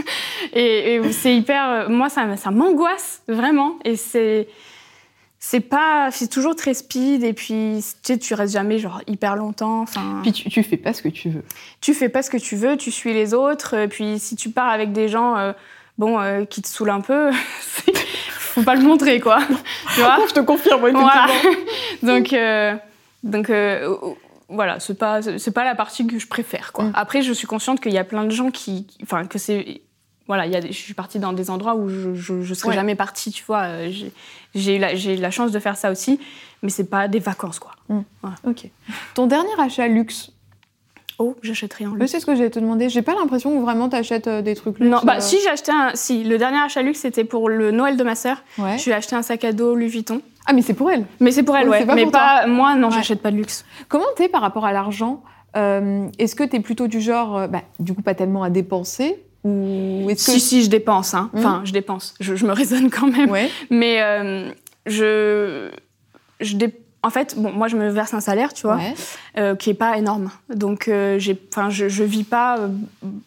et, et c'est hyper... Moi, ça, ça m'angoisse, vraiment. Et c'est... C'est pas, c'est toujours très speed et puis tu sais, tu restes jamais genre hyper longtemps. Enfin, Puis tu, tu fais pas ce que tu veux. tu fais pas ce que tu veux, tu suis les autres. Et puis si tu pars avec des gens, euh, bon, euh, qui te saoulent un peu, faut pas le montrer quoi. Tu vois ? Je te confirme, oui, Voilà. Donc, euh, donc euh, voilà, c'est pas, c'est pas la partie que je préfère quoi. Mm. Après, je suis consciente qu'il y a plein de gens qui, enfin que c'est Voilà, il y a des, je suis partie dans des endroits où je, je, je serais Ouais. jamais partie, tu vois. Euh, J'ai, j'ai, eu la, j'ai eu la chance de faire ça aussi, mais c'est pas des vacances, quoi. Mm. Voilà. Ok. Ton dernier achat luxe, Oh, j'achète rien en je luxe. sais ce que j'allais te demander. J'ai pas l'impression que vraiment t'achètes euh, des trucs luxe. Non, bah euh. si, j'ai acheté un... Si, le dernier achat luxe, c'était pour le Noël de ma sœur. Ouais. Je lui ai acheté un sac à dos Louis Vuitton. Ah, mais c'est pour elle. Mais c'est pour elle, Oui, ouais. c'est pas mais pour pas... Moi, non, Ouais. j'achète pas de luxe. Comment t'es par rapport à l'argent? Euh, Est-ce que t'es plutôt du genre, euh, bah, du coup, pas tellement à dépenser? Ou est-ce que... Si, si, je dépense, hein. Mmh. Enfin, je dépense. Je, je me raisonne quand même. Ouais. Mais euh, je... je dé... En fait, bon, moi, je me verse un salaire, tu vois, Ouais. euh, qui est pas énorme. Donc, euh, j'ai... Enfin, je, je vis pas... euh,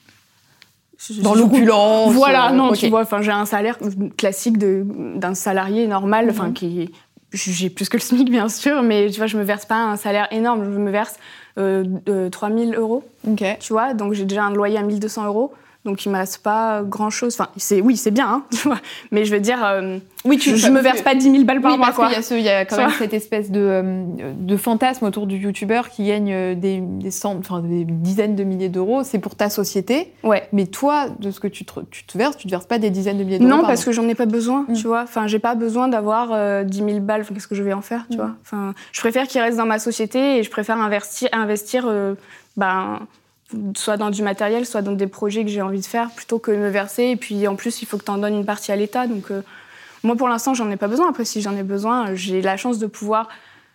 Dans l'opulence. Voilà, euh, non, ok. tu vois, enfin, j'ai un salaire classique de, d'un salarié normal, enfin, Mhm. qui, j'ai plus que le SMIC, bien sûr, mais tu vois, je me verse pas un salaire énorme, je me verse euh, euh, trois mille euros, Ok. tu vois, donc j'ai déjà un loyer à mille deux cents euros, donc il me reste pas grand-chose. Enfin, c'est, oui, c'est bien, hein, tu vois, mais je veux dire, euh, oui, tu, je, je me verse pas dix mille balles par oui, mois, parce quoi. qu'il y a, ce, il y a quand même cette espèce de, euh, de fantasme autour du youtubeur qui gagne des, des, cent, enfin, des dizaines de milliers d'euros. C'est pour ta société, ouais. Mais toi, de ce que tu te, tu te verses, tu te verses pas des dizaines de milliers d'euros Non, par parce mois. que j'en ai pas besoin, mmh. tu vois. Enfin, j'ai pas besoin d'avoir euh, dix mille balles. Enfin, qu'est-ce que je vais en faire, tu mmh. vois. Enfin, je préfère qu'il reste dans ma société et je préfère investir, investir euh, ben, soit dans du matériel, soit dans des projets que j'ai envie de faire, plutôt que de me verser. Et puis, en plus, il faut que tu en donnes une partie à l'État. Donc, euh, moi, pour l'instant, j'en ai pas besoin. Après, si j'en ai besoin, j'ai la chance de pouvoir,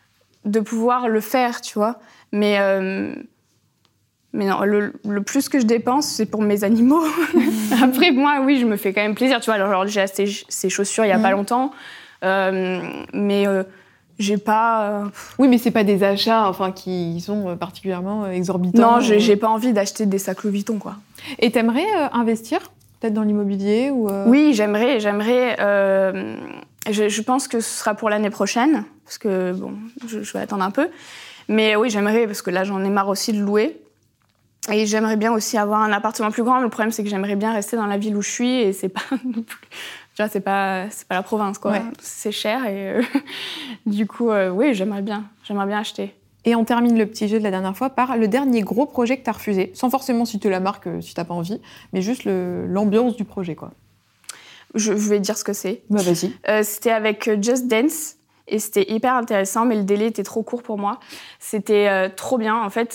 de pouvoir le faire, tu vois. Mais, euh, mais non, le, le plus que je dépense, c'est pour mes animaux. Après, moi, oui, je me fais quand même plaisir, tu vois. Alors, j'ai acheté ces chaussures il y a mmh. pas longtemps. Euh, mais... Euh, J'ai pas. Euh... Oui, mais c'est pas des achats, enfin, qui sont particulièrement exorbitants. Non, j'ai, j'ai pas envie d'acheter des sacs Louis Vuitton, quoi. Et t'aimerais euh, investir, peut-être dans l'immobilier ou euh... Oui, j'aimerais, j'aimerais. Euh, je, je pense que ce sera pour l'année prochaine, parce que bon, je, je vais attendre un peu. Mais oui, j'aimerais, parce que là, j'en ai marre aussi de louer. Et j'aimerais bien aussi avoir un appartement plus grand. Mais le problème, c'est que j'aimerais bien rester dans la ville où je suis, et c'est pas non plus. Tu vois, c'est pas, c'est pas la province, quoi. Ouais. C'est cher et euh, du coup, euh, oui, j'aimerais bien. J'aimerais bien acheter. Et on termine le petit jeu de la dernière fois par le dernier gros projet que t'as refusé, sans forcément citer la marque si t'as pas envie, mais juste le, l'ambiance du projet, quoi. Je, je vais dire ce que c'est. Bah, vas-y. Euh, c'était avec Just Dance et c'était hyper intéressant, mais le délai était trop court pour moi. C'était euh, trop bien, en fait.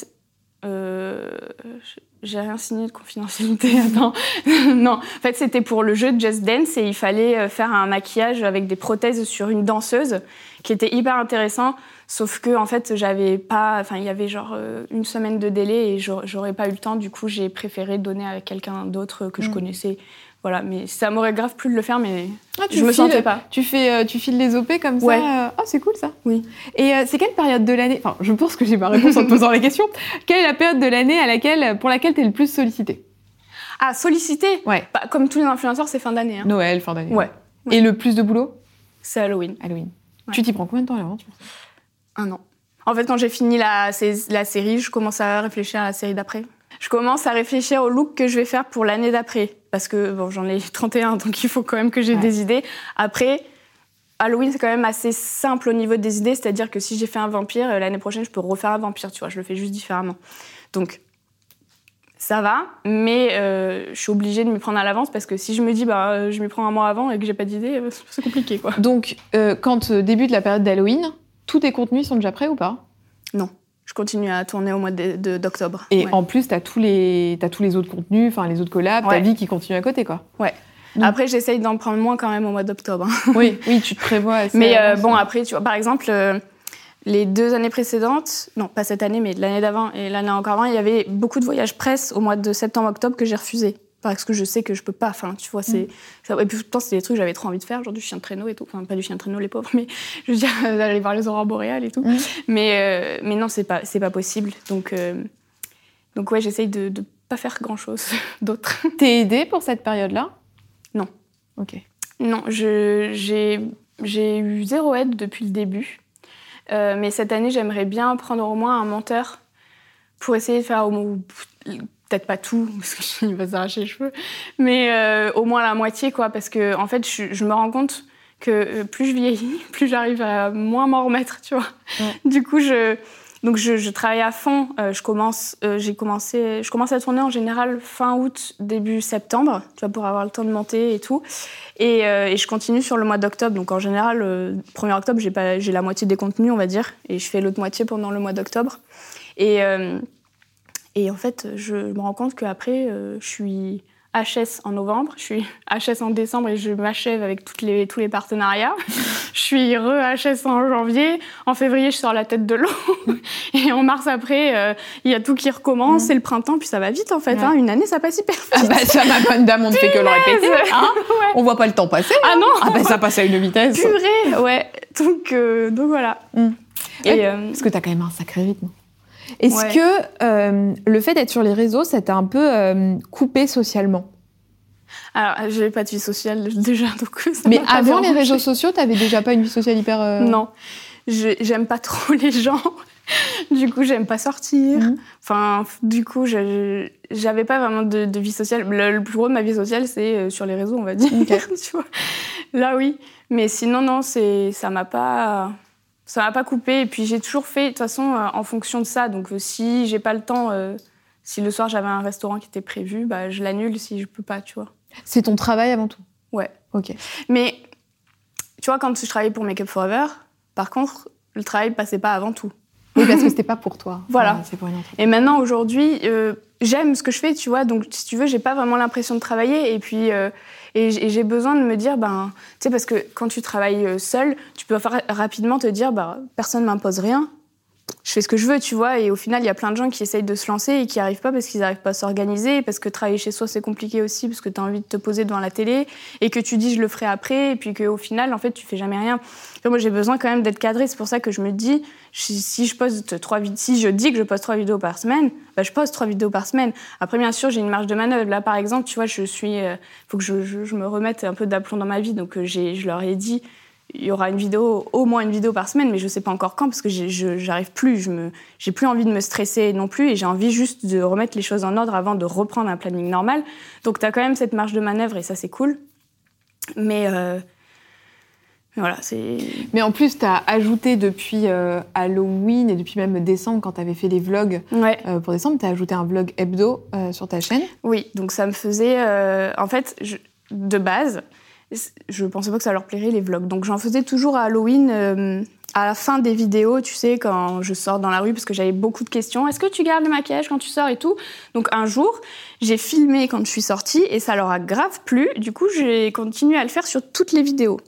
Euh, j'ai rien signé de confidentialité, attends. Non, en fait, c'était pour le jeu de Just Dance et il fallait faire un maquillage avec des prothèses sur une danseuse qui était hyper intéressant, sauf que, en fait, j'avais pas... Enfin, il y avait genre une semaine de délai et j'aurais pas eu le temps. Du coup, j'ai préféré donner à quelqu'un d'autre que je mmh. connaissais. Voilà, mais ça m'aurait grave plu de le faire, mais ah, je me sentais pas. Tu, fais, euh, tu files les O P comme ouais. ça. Ah, c'est cool ça. Oui. Et euh, c'est quelle période de l'année, enfin, je pense que j'ai ma réponse en te posant la question. Quelle est la période de l'année à laquelle, pour laquelle tu es le plus sollicité ? Ah, sollicité ? Ouais. Bah, comme tous les influenceurs, c'est fin d'année. Hein. Noël, fin d'année. Ouais. ouais. Et le plus de boulot ? C'est Halloween. Halloween. Ouais. Tu t'y prends combien de temps à l'avance ? Un an. En fait, quand j'ai fini la, la série, je commence à réfléchir à la série d'après. Je commence à réfléchir au look que je vais faire pour l'année d'après. Parce que bon, j'en ai trente et un, donc il faut quand même que j'ai ouais. des idées. Après, Halloween, c'est quand même assez simple au niveau des idées. C'est-à-dire que si j'ai fait un vampire, l'année prochaine, je peux refaire un vampire, tu vois. Je le fais juste différemment. Donc, ça va. Mais euh, je suis obligée de m'y prendre à l'avance parce que si je me dis, bah, je m'y prends un mois avant et que j'ai pas d'idée, c'est compliqué, quoi. Donc, euh, quand euh, débute la période d'Halloween, tous tes contenus sont déjà prêts ou pas ? Non. Je continue à tourner au mois de, de, d'octobre. Et ouais. en plus, t'as tous les, t'as tous les autres contenus, enfin les autres collabs, ouais. ta vie qui continue à côté, quoi. Ouais. Donc... Après, j'essaye d'en prendre moins quand même au mois d'octobre. Oui, oui, tu te prévois. Assez mais euh, bon, après, tu vois, par exemple, euh, les deux années précédentes, non, pas cette année, mais l'année d'avant et l'année encore avant, il y avait beaucoup de voyages presse au mois de septembre-octobre que j'ai refusés. Parce que je sais que je peux pas, enfin, tu vois, c'est... Mm. Ça, et puis, pourtant, c'est des trucs que j'avais trop envie de faire, genre du chien de traîneau et tout. Enfin, pas du chien de traîneau, les pauvres, mais je veux dire, d'aller voir les aurores boréales et tout. Mm. Mais, euh, mais non, c'est pas, c'est pas possible. Donc, euh, donc ouais, j'essaye de, de pas faire grand-chose d'autre. T'es aidée pour cette période-là ? Non. Ok. Non, je, j'ai, j'ai eu zéro aide depuis le début. Euh, mais cette année, j'aimerais bien prendre au moins un menteur pour essayer de faire au moins... Peut-être pas tout, parce qu'il va s'arracher les cheveux, mais euh, au moins la moitié, quoi, parce que en fait, je, je me rends compte que euh, plus je vieillis, plus j'arrive à moins m'en remettre, tu vois. Ouais. Du coup, je, donc je, je travaille à fond. Euh, je commence, euh, j'ai commencé, je commence à tourner en général fin août, début septembre, tu vois, pour avoir le temps de monter et tout. Et, euh, et je continue sur le mois d'octobre. Donc en général, euh, premier octobre, j'ai pas, j'ai la moitié des contenus, on va dire, et je fais l'autre moitié pendant le mois d'octobre. Et euh, Et en fait, je me rends compte qu'après, euh, je suis H S en novembre, je suis H S en décembre et je m'achève avec toutes les, tous les partenariats. Je suis re-H S en janvier. En février, je sors la tête de l'eau. Et en mars, après, il euh, y a tout qui recommence. Mmh. C'est le printemps, puis ça va vite, en fait. Ouais. Hein. Une année, ça passe hyper vite. Ah bah ça, ma bonne dame, on ne fait que le répéter. Hein. Ouais. On voit pas le temps passer. Ah non. Ah bah ça passe à une vitesse. Purée, ouais. Donc, euh, donc voilà. Mmh. Et, ouais, euh... Parce que t'as quand même un sacré rythme. Est-ce ouais. que euh, le fait d'être sur les réseaux, ça t'a un peu euh, coupé socialement ? Alors, j'avais pas de vie sociale déjà, donc ça mais avant les réseaux sociaux, t'avais déjà pas une vie sociale hyper... Euh... Non. je, j'aime pas trop les gens. Du coup, j'aime pas sortir. Mmh. Enfin, du coup, je, j'avais pas vraiment de, de vie sociale. Le, le plus gros de ma vie sociale, c'est sur les réseaux, on va dire. Okay. Tu vois. Là, oui. Mais sinon, non, c'est, ça m'a pas, ça m'a pas coupé. Et puis, j'ai toujours fait, de toute façon, euh, en fonction de ça. Donc, euh, si j'ai pas le temps, euh, si le soir j'avais un restaurant qui était prévu, bah, je l'annule si je peux pas, tu vois. C'est ton travail avant tout. Ouais. Ok. Mais tu vois, quand je travaillais pour Make Up Forever, par contre, le travail passait pas avant tout. Oui, parce que c'était pas pour toi. Voilà. Enfin, c'est pour une entreprise. Et maintenant, aujourd'hui, euh, j'aime ce que je fais, tu vois. Donc, si tu veux, j'ai pas vraiment l'impression de travailler. Et puis, euh, et j'ai besoin de me dire, ben, tu sais, parce que quand tu travailles seul, tu peux faire rapidement te dire, bah, personne m'impose rien. Je fais ce que je veux, tu vois, et au final, il y a plein de gens qui essayent de se lancer et qui n'y arrivent pas parce qu'ils n'arrivent pas à s'organiser, parce que travailler chez soi, c'est compliqué aussi, parce que tu as envie de te poser devant la télé, et que tu dis, je le ferai après, et puis qu'au final, en fait, tu fais jamais rien. Enfin, moi, j'ai besoin quand même d'être cadrée, c'est pour ça que je me dis, si je poste trois vidéos, si je dis que je poste trois vidéos par semaine, bah, je poste trois vidéos par semaine. Après, bien sûr, j'ai une marge de manœuvre. Là, par exemple, tu vois, je suis, il euh, faut que je, je, je me remette un peu d'aplomb dans ma vie, donc euh, j'ai, je leur ai dit, il y aura une vidéo, au moins une vidéo par semaine, mais je ne sais pas encore quand, parce que j'ai, je, j'arrive plus, je me, j'ai plus envie de me stresser non plus, et j'ai envie juste de remettre les choses en ordre avant de reprendre un planning normal. Donc, tu as quand même cette marge de manœuvre, et ça, c'est cool. Mais, euh, voilà, c'est... Mais en plus, tu as ajouté depuis euh, Halloween, et depuis même décembre, quand tu avais fait les vlogs ouais. euh, pour décembre, tu as ajouté un vlog hebdo euh, sur ta chaîne. Oui, donc ça me faisait... Euh, en fait, je, de base... Je pensais pas que ça leur plairait, les vlogs. Donc, j'en faisais toujours à Halloween, euh, à la fin des vidéos, tu sais, quand je sors dans la rue, parce que j'avais beaucoup de questions. Est-ce que tu gardes le maquillage quand tu sors et tout ? Donc, un jour, j'ai filmé quand je suis sortie et ça leur a grave plu. Du coup, j'ai continué à le faire sur toutes les vidéos.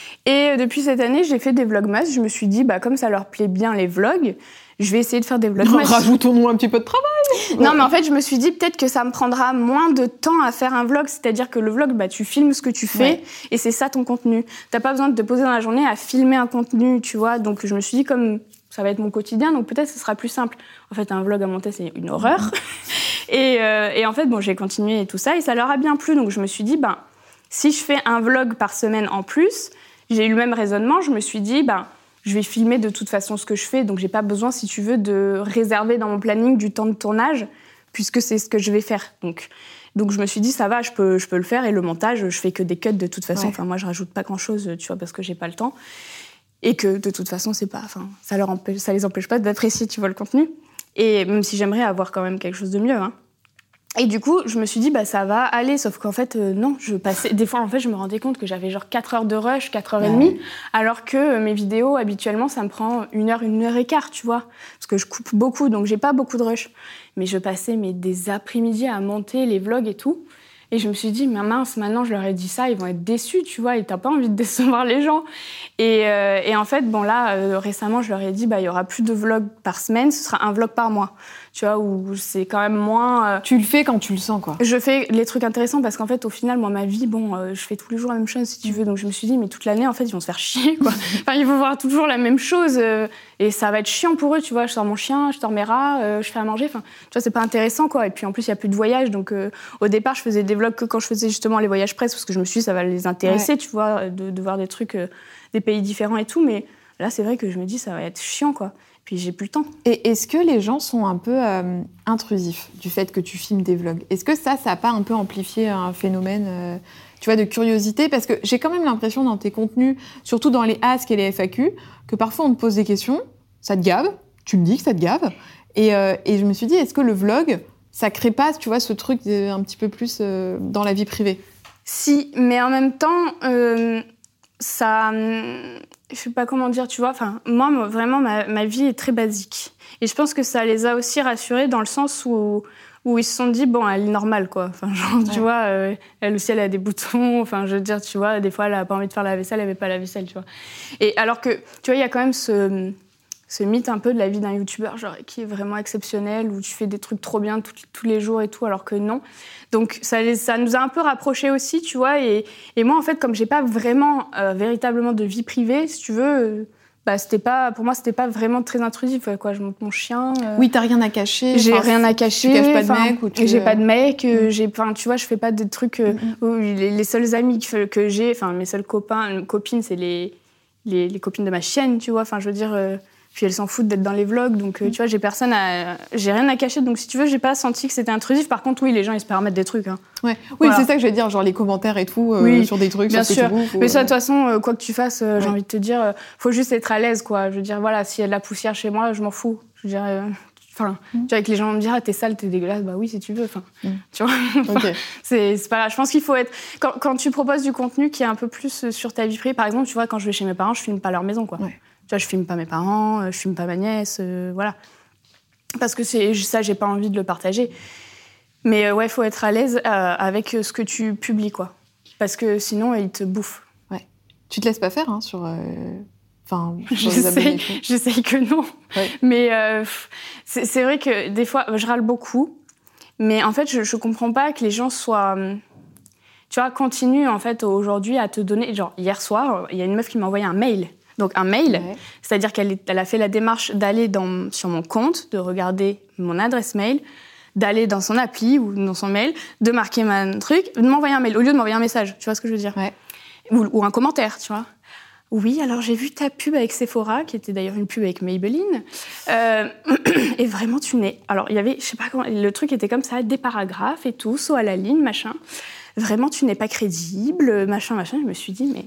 Et depuis cette année, j'ai fait des vlogmas. Je me suis dit, bah, comme ça leur plaît bien les vlogs, je vais essayer de faire des vlogmas. Rajoutons-nous un petit peu de travail. Non, mais en fait, je me suis dit peut-être que ça me prendra moins de temps à faire un vlog. C'est-à-dire que le vlog, bah, tu filmes ce que tu fais ouais. et c'est ça ton contenu. T'as pas besoin de te poser dans la journée à filmer un contenu, tu vois. Donc, je me suis dit, comme ça va être mon quotidien, donc peut-être ce sera plus simple. En fait, un vlog à monter, c'est une horreur. Mmh. et, euh, et en fait, bon, j'ai continué et tout ça et ça leur a bien plu. Donc, je me suis dit, ben, si je fais un vlog par semaine en plus, j'ai eu le même raisonnement. Je me suis dit, ben, je vais filmer de toute façon ce que je fais, donc j'ai pas besoin, si tu veux, de réserver dans mon planning du temps de tournage, puisque c'est ce que je vais faire. Donc, donc je me suis dit, ça va, je peux, je peux le faire, et le montage, je fais que des cuts de toute façon. Ouais. Enfin, moi, je rajoute pas grand-chose, tu vois, parce que j'ai pas le temps, et que de toute façon, c'est pas, enfin, ça leur empêche, ça les empêche pas d'apprécier, tu vois, le contenu. Et même si j'aimerais avoir quand même quelque chose de mieux, hein. Et du coup, je me suis dit, bah, ça va aller, sauf qu'en fait, euh, non, je passais... Des fois, en fait, je me rendais compte que j'avais genre quatre heures de rush, quatre heures et demie, ouais. alors que euh, mes vidéos, habituellement, ça me prend une heure, une heure et quart, tu vois, parce que je coupe beaucoup, donc j'ai pas beaucoup de rush. Mais je passais mais, des après-midi à monter les vlogs et tout, et je me suis dit, mais mince, maintenant, je leur ai dit ça, ils vont être déçus, tu vois, et t'as pas envie de décevoir les gens. Et, euh, et en fait, bon, là, euh, récemment, je leur ai dit, bah, il y aura plus de vlogs par semaine, ce sera un vlog par mois. Tu vois, où c'est quand même moins... Euh... Tu le fais quand tu le sens, quoi. Je fais les trucs intéressants parce qu'en fait, au final, moi, ma vie, bon, euh, je fais tous les jours la même chose, si tu veux. Donc, je me suis dit, mais toute l'année, en fait, ils vont se faire chier, quoi. Enfin, ils vont voir toujours la même chose euh, et ça va être chiant pour eux, tu vois. Je sors mon chien, je sors mes rats, euh, je fais à manger. Enfin, tu vois, c'est pas intéressant, quoi. Et puis, en plus, il y a plus de voyages. Donc, euh, au départ, je faisais des vlogs que quand je faisais justement les voyages presse parce que je me suis dit, ça va les intéresser, ouais. tu vois, de, de voir des trucs, euh, des pays différents et tout. Mais là, c'est vrai que je me dis, ça va être chiant, quoi. Puis j'ai plus le temps. Et est-ce que les gens sont un peu euh, intrusifs du fait que tu filmes des vlogs ? Est-ce que ça, ça n'a pas un peu amplifié un phénomène euh, tu vois, de curiosité ? Parce que j'ai quand même l'impression dans tes contenus, surtout dans les Ask et les F A Q, que parfois on te pose des questions, ça te gave, tu me dis que ça te gave, et, euh, et je me suis dit, est-ce que le vlog, ça crée pas, tu vois, ce truc un petit peu plus euh, dans la vie privée ? Si, mais en même temps, euh, ça... Je sais pas comment dire, tu vois. Enfin, moi, moi vraiment, ma, ma vie est très basique. Et je pense que ça les a aussi rassurés dans le sens où, où ils se sont dit, bon, elle est normale, quoi. Enfin, genre, ouais. tu vois, euh, elle aussi, elle a des boutons. Enfin, je veux dire, tu vois, des fois, elle a pas envie de faire la vaisselle, elle avait pas la vaisselle, tu vois. Et alors que, tu vois, il y a quand même ce, ce mythe un peu de la vie d'un youtubeur, genre, qui est vraiment exceptionnel, où tu fais des trucs trop bien tout, tous les jours et tout, alors que non. Donc, ça, les, ça nous a un peu rapprochés aussi, tu vois. Et, et moi, en fait, comme j'ai pas vraiment, euh, véritablement de vie privée, si tu veux, euh, bah, c'était pas, pour moi, c'était pas vraiment très intrusif. Ouais, quoi, je monte mon chien. Euh, oui, t'as rien à cacher. J'ai rien à cacher. Tu caches pas de mec ou tu... J'ai pas de mec. Euh, mm. j'ai, enfin, tu vois, je fais pas de trucs. Euh, mm-hmm. où les, les seuls amis que, que j'ai, enfin, mes seuls copains, copines, c'est les les, les copines de ma chienne, tu vois. Enfin, je veux dire, euh, puis elles s'en foutent d'être dans les vlogs, donc euh, tu vois, j'ai personne à, j'ai rien à cacher. Donc si tu veux, j'ai pas senti que c'était intrusif. Par contre, oui, les gens ils se permettent des trucs. Hein. Ouais. Oui, voilà. C'est ça que je veux dire, genre les commentaires et tout euh, oui, sur des trucs. Bien sur sûr. Ce que tu bouffes, mais ou... ça, de toute façon, euh, quoi que tu fasses, euh, ouais. j'ai envie de te dire, euh, faut juste être à l'aise, quoi. Je veux dire, voilà, s'il y a de la poussière chez moi, je m'en fous. Je veux dire. Euh... Enfin, mm. tu vois, avec les gens me dire ah, t'es sale, t'es dégueulasse, bah oui, si tu veux. Enfin, mm. tu vois. Enfin, okay. c'est, c'est pas grave. Je pense qu'il faut être. Quand, quand tu proposes du contenu qui est un peu plus sur ta vie privée, par exemple, tu vois, quand je vais chez mes parents, je filme pas leur maison, quoi. Ouais. Tu vois, je filme pas mes parents, je filme pas ma nièce, euh, voilà. Parce que c'est ça, j'ai pas envie de le partager. Mais euh, ouais, faut être à l'aise euh, avec ce que tu publies, quoi. Parce que sinon, ils te bouffent. Ouais. Tu te laisses pas faire, hein, sur. Euh... Enfin, j'essaye, j'essaye que non. Ouais. Mais euh, c'est, c'est vrai que des fois, je râle beaucoup. Mais en fait, je, je comprends pas que les gens soient. Tu vois, continuent en fait aujourd'hui à te donner. Genre, hier soir, il y a une meuf qui m'a envoyé un mail. Donc, un mail, ouais. C'est-à-dire qu'elle est, elle a fait la démarche d'aller dans, sur mon compte, de regarder mon adresse mail, d'aller dans son appli ou dans son mail, de marquer mon truc, de m'envoyer un mail au lieu de m'envoyer un message. Tu vois ce que je veux dire ? Ouais. Ou, ou un commentaire, tu vois. Oui, alors j'ai vu ta pub avec Sephora, qui était d'ailleurs une pub avec Maybelline. Euh, et vraiment, tu n'es... Alors, il y avait, je sais pas comment... Le truc était comme ça, des paragraphes et tout, saut à la ligne, machin. Vraiment, tu n'es pas crédible, machin, machin. Je me suis dit, mais...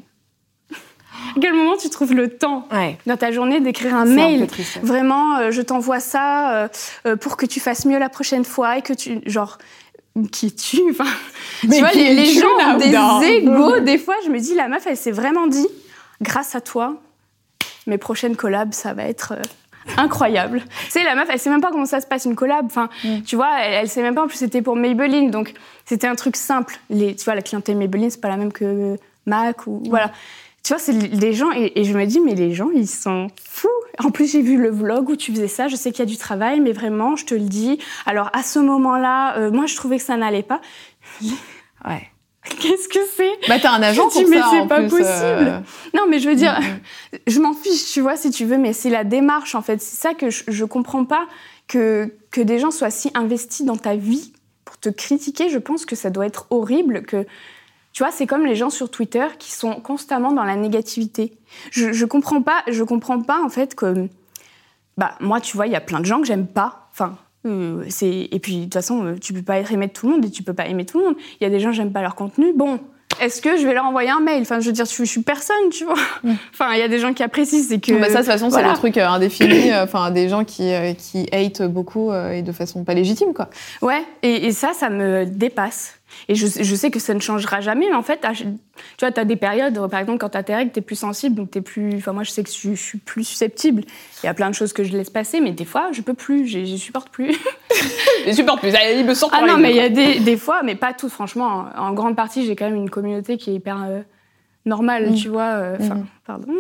À quel moment tu trouves le temps ouais. dans ta journée d'écrire un c'est mail un peu triste, ouais. Vraiment, euh, je t'envoie ça euh, pour que tu fasses mieux la prochaine fois et que tu... Genre... Qui tue, enfin... Mais tu vois, les, les gens ont des non. égos. Des fois, je me dis, la meuf, elle s'est vraiment dit... Grâce à toi, mes prochaines collabs, ça va être euh, incroyable. Tu sais, la meuf, elle sait même pas comment ça se passe une collab. Enfin, mm. tu vois, elle, elle sait même pas. En plus, c'était pour Maybelline, donc c'était un truc simple. Les, tu vois, la clientèle Maybelline, c'est pas la même que MAC ou mm. voilà. Tu vois, c'est les gens et, et je me dis, mais les gens, ils sont fous. En plus, j'ai vu le vlog où tu faisais ça. Je sais qu'il y a du travail, mais vraiment, je te le dis. Alors, à ce moment-là, euh, moi, je trouvais que ça n'allait pas. Ouais. Qu'est-ce que c'est ? Bah, t'as un agent je dis, pour mais ça, c'est en pas plus, possible. Euh... Non, mais je veux dire, mmh. je m'en fiche, tu vois, si tu veux, mais c'est la démarche, en fait. C'est ça que je, je comprends pas, que, que des gens soient si investis dans ta vie pour te critiquer. Je pense que ça doit être horrible, que... Tu vois, c'est comme les gens sur Twitter qui sont constamment dans la négativité. Je, je comprends pas, je comprends pas, en fait, que... Bah, moi, tu vois, il y a plein de gens que j'aime pas. Enfin... Euh, c'est... Et puis, de toute façon, tu peux pas être aimé de tout le monde et tu peux pas aimer tout le monde. Il y a des gens, j'aime pas leur contenu. Bon, est-ce que je vais leur envoyer un mail ? Enfin, je veux dire, je, je suis personne, tu vois. Mm. Enfin, il y a des gens qui apprécient, c'est que... Bah ça, de toute façon, voilà. C'est un truc euh, indéfini. Enfin, euh, des gens qui, euh, qui hate beaucoup euh, et de façon pas légitime, quoi. Ouais, et, et ça, ça me dépasse. Et je, je sais que ça ne changera jamais, mais en fait, tu vois, t'as des périodes, par exemple, quand t'as tes règles, t'es plus sensible, donc t'es plus... Enfin, moi, je sais que je, je suis plus susceptible. Il y a plein de choses que je laisse passer, mais des fois, je peux plus, je, je supporte plus. Je supporte plus, il me sort Ah non, mais il y a des, des fois, mais pas toutes, franchement. En, en grande partie, j'ai quand même une communauté qui est hyper euh, normale, mmh. tu vois. Enfin, euh, mmh. pardon.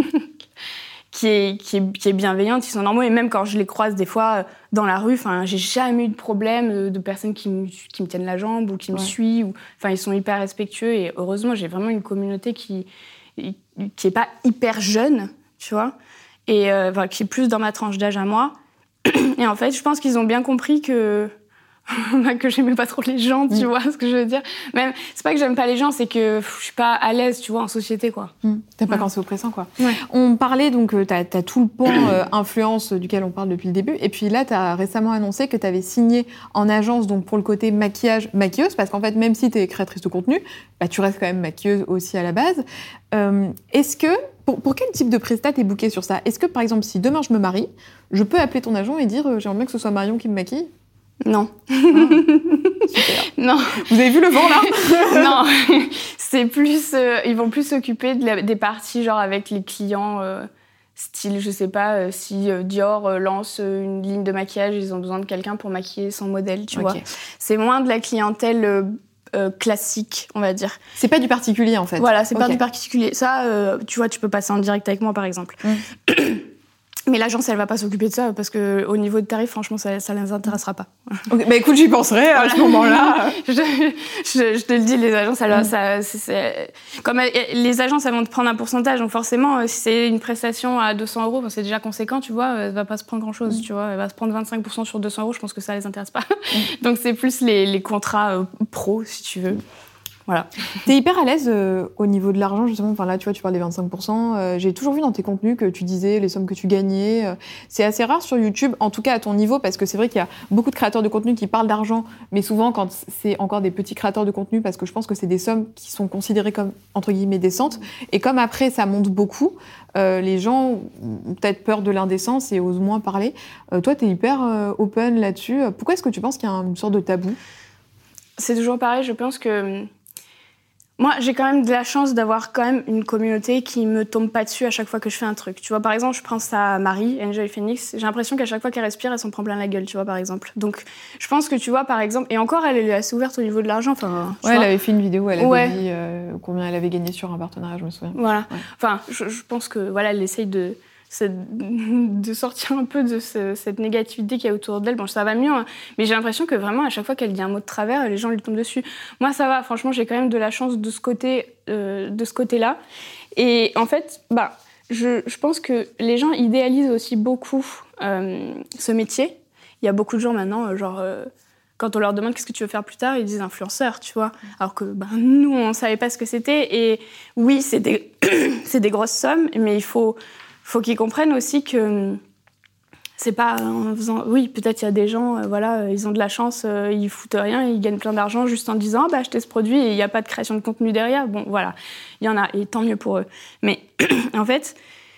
qui, est, qui, est, qui est bienveillante, ils sont normaux. Et même quand je les croise des fois dans la rue, j'ai jamais eu de problème de personnes qui me, qui me tiennent la jambe ou qui me ouais. suivent. Enfin, ils sont hyper respectueux. Et heureusement, j'ai vraiment une communauté qui qui est pas hyper jeune, tu vois, et euh, enfin, qui est plus dans ma tranche d'âge à moi. Et en fait, je pense qu'ils ont bien compris que que j'aimais pas trop les gens, tu mmh. vois ce que je veux dire. Même, c'est pas que j'aime pas les gens, c'est que pff, je suis pas à l'aise, tu vois, en société, quoi. Mmh. T'as pas ouais. quand c'est oppressant, quoi. Ouais. On parlait, donc, t'as, t'as tout le pan euh, influence duquel on parle depuis le début, et puis là, t'as récemment annoncé que t'avais signé en agence, donc, pour le côté maquillage, maquilleuse, parce qu'en fait, même si t'es créatrice de contenu, bah, tu restes quand même maquilleuse aussi à la base. Euh, est-ce que, pour, pour quel type de prestat t'es bookée sur ça ? Est-ce que, par exemple, si demain je me marie, je peux appeler ton agent et dire euh, « j'aimerais bien que ce soit Marion qui me maquille » ? Non. Ah, super. Non. Vous avez vu le vent, là ? Non. C'est plus... Euh, ils vont plus s'occuper de la, des parties, genre, avec les clients, euh, style, je sais pas, euh, si euh, Dior euh, lance une ligne de maquillage, ils ont besoin de quelqu'un pour maquiller son modèle, tu okay. vois. C'est moins de la clientèle euh, euh, classique, on va dire. C'est pas du particulier, en fait. Voilà, c'est okay. pas du particulier. Ça, euh, tu vois, tu peux passer en direct avec moi, par exemple. Mm. Mais l'agence, elle va pas s'occuper de ça parce que au niveau de tarif, franchement, ça, ça les intéressera pas. Okay, bah écoute, j'y penserai à voilà. ce moment-là. je, je, je te le dis, les agences, elles, mm. ça, c'est, c'est... comme elles, les agences, elles vont te prendre un pourcentage, donc forcément, si c'est une prestation à deux cents euros, c'est déjà conséquent, tu vois, elle va pas se prendre grand-chose, mm. tu vois, elle va se prendre vingt-cinq pour cent sur deux cents euros, je pense que ça les intéresse pas. Mm. Donc c'est plus les, les contrats euh, pro, si tu veux. Voilà. T'es hyper à l'aise euh, au niveau de l'argent, justement. Enfin, là, tu vois, tu parles des vingt-cinq pour cent. Euh, j'ai toujours vu dans tes contenus que tu disais les sommes que tu gagnais. Euh, c'est assez rare sur YouTube, en tout cas à ton niveau, parce que c'est vrai qu'il y a beaucoup de créateurs de contenu qui parlent d'argent, mais souvent quand c'est encore des petits créateurs de contenu, parce que je pense que c'est des sommes qui sont considérées comme, entre guillemets, décentes. Et comme après, ça monte beaucoup, euh, les gens ont peut-être peur de l'indécence et osent moins parler. Euh, toi, t'es hyper euh, open là-dessus. Pourquoi est-ce que tu penses qu'il y a une sorte de tabou ? C'est toujours pareil, je pense que... Moi, j'ai quand même de la chance d'avoir quand même une communauté qui me tombe pas dessus à chaque fois que je fais un truc. Tu vois, par exemple, je prends ça à Marie, Enjoy Phoenix. J'ai l'impression qu'à chaque fois qu'elle respire, elle s'en prend plein la gueule, tu vois, par exemple. Donc, je pense que tu vois, par exemple, et encore, elle est assez ouverte au niveau de l'argent. Enfin, ouais, elle avait fait une vidéo où elle avait ouais. dit euh, combien elle avait gagné sur un partenariat, je me souviens. Voilà. Ouais. Enfin, je, je pense que voilà, elle essaye de de sortir un peu de ce, cette négativité qu'il y a autour d'elle. Bon, ça va mieux, hein, mais j'ai l'impression que vraiment, à chaque fois qu'elle dit un mot de travers, les gens lui tombent dessus. Moi, ça va. Franchement, j'ai quand même de la chance de ce côté, euh, de ce côté-là. Et en fait, bah, je, je pense que les gens idéalisent aussi beaucoup euh, ce métier. Il y a beaucoup de gens maintenant, genre... Euh, quand on leur demande qu'est-ce que tu veux faire plus tard, ils disent influenceur, tu vois. Alors que ben, nous, on ne savait pas ce que c'était. Et oui, c'est des, c'est des grosses sommes, mais il faut... faut qu'ils comprennent aussi que c'est pas en faisant... Oui, peut-être il y a des gens, euh, voilà, ils ont de la chance, euh, ils foutent rien, ils gagnent plein d'argent juste en disant ah, bah, achetez ce produit et il n'y a pas de création de contenu derrière. Bon, voilà, il y en a, et tant mieux pour eux. Mais en fait,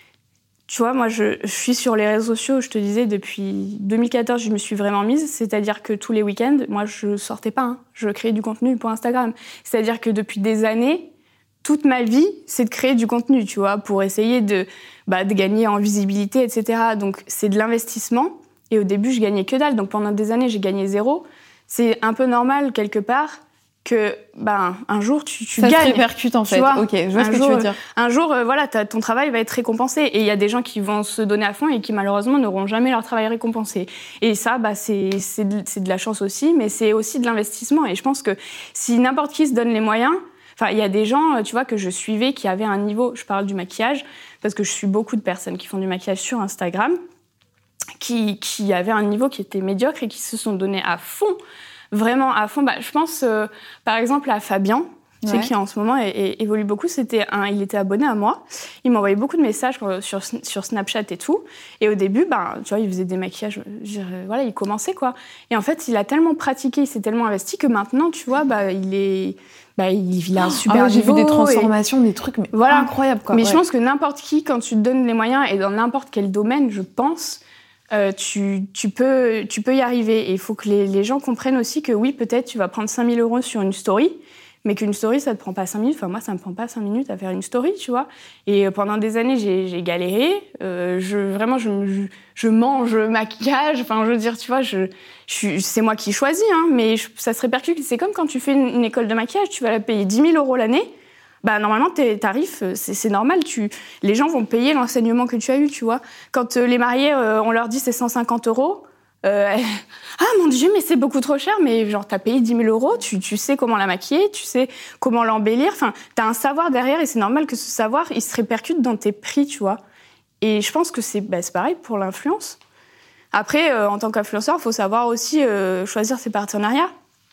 tu vois, moi, je, je suis sur les réseaux sociaux, je te disais, depuis deux mille quatorze, je me suis vraiment mise. C'est-à-dire que tous les week-ends, moi, je sortais pas, hein, je créais du contenu pour Instagram. C'est-à-dire que depuis des années... Toute ma vie, c'est de créer du contenu, tu vois, pour essayer de, bah, de gagner en visibilité, et cetera. Donc, c'est de l'investissement. Et au début, je gagnais que dalle. Donc, pendant des années, j'ai gagné zéro. C'est un peu normal, quelque part, que bah, un jour, tu, tu ça gagnes. Ça se répercute, en fait. Vois, ok, je vois un ce que jour, tu veux dire. Un jour, euh, voilà, ton travail va être récompensé. Et il y a des gens qui vont se donner à fond et qui, malheureusement, n'auront jamais leur travail récompensé. Et ça, bah, c'est, c'est, de, c'est de la chance aussi, mais c'est aussi de l'investissement. Et je pense que si n'importe qui se donne les moyens... Enfin, il y a des gens, tu vois, que je suivais qui avaient un niveau... Je parle du maquillage, parce que je suis beaucoup de personnes qui font du maquillage sur Instagram, qui, qui avaient un niveau qui était médiocre et qui se sont donnés à fond, vraiment à fond. Bah, je pense, euh, par exemple, à Fabien, tu sais, ouais. qui en ce moment é- é- évolue beaucoup. C'était un, il était abonné à moi. Il m'envoyait beaucoup de messages sur, sur Snapchat et tout. Et au début, bah, tu vois, il faisait des maquillages. Je, voilà, il commençait, quoi. Et en fait, il a tellement pratiqué, il s'est tellement investi que maintenant, tu vois, bah, il est... Bah, il a un super ah ouais, j'ai niveau. J'ai vu des transformations, et... des trucs mais voilà. incroyables. Quoi. Mais ouais. je pense que n'importe qui, quand tu te donnes les moyens, et dans n'importe quel domaine, je pense, euh, tu, tu, peux, tu peux y arriver. Et il faut que les, les gens comprennent aussi que oui, peut-être tu vas prendre cinq mille euros sur une story, mais qu'une story, ça ne te prend pas cinq minutes. Enfin, moi, ça ne me prend pas cinq minutes à faire une story, tu vois. Et pendant des années, j'ai, j'ai galéré. Euh, je, vraiment, je, je, je mange maquillage. Enfin, je veux dire, tu vois, je, je, c'est moi qui choisis, hein, mais je, ça se répercute. C'est comme quand tu fais une, une école de maquillage, tu vas la payer dix mille euros l'année. Bah, normalement, tes tarifs, c'est, c'est normal. Tu, les gens vont payer l'enseignement que tu as eu, tu vois. Quand euh, les mariés, euh, on leur dit c'est cent cinquante euros, Euh, ah mon Dieu, mais c'est beaucoup trop cher, mais genre t'as payé dix mille euros, tu, tu sais comment la maquiller, tu sais comment l'embellir, enfin t'as un savoir derrière et c'est normal que ce savoir il se répercute dans tes prix, tu vois. Et je pense que c'est, bah, c'est pareil pour l'influence. Après, euh, en tant qu'influenceur, il faut savoir aussi euh, choisir ses partenariats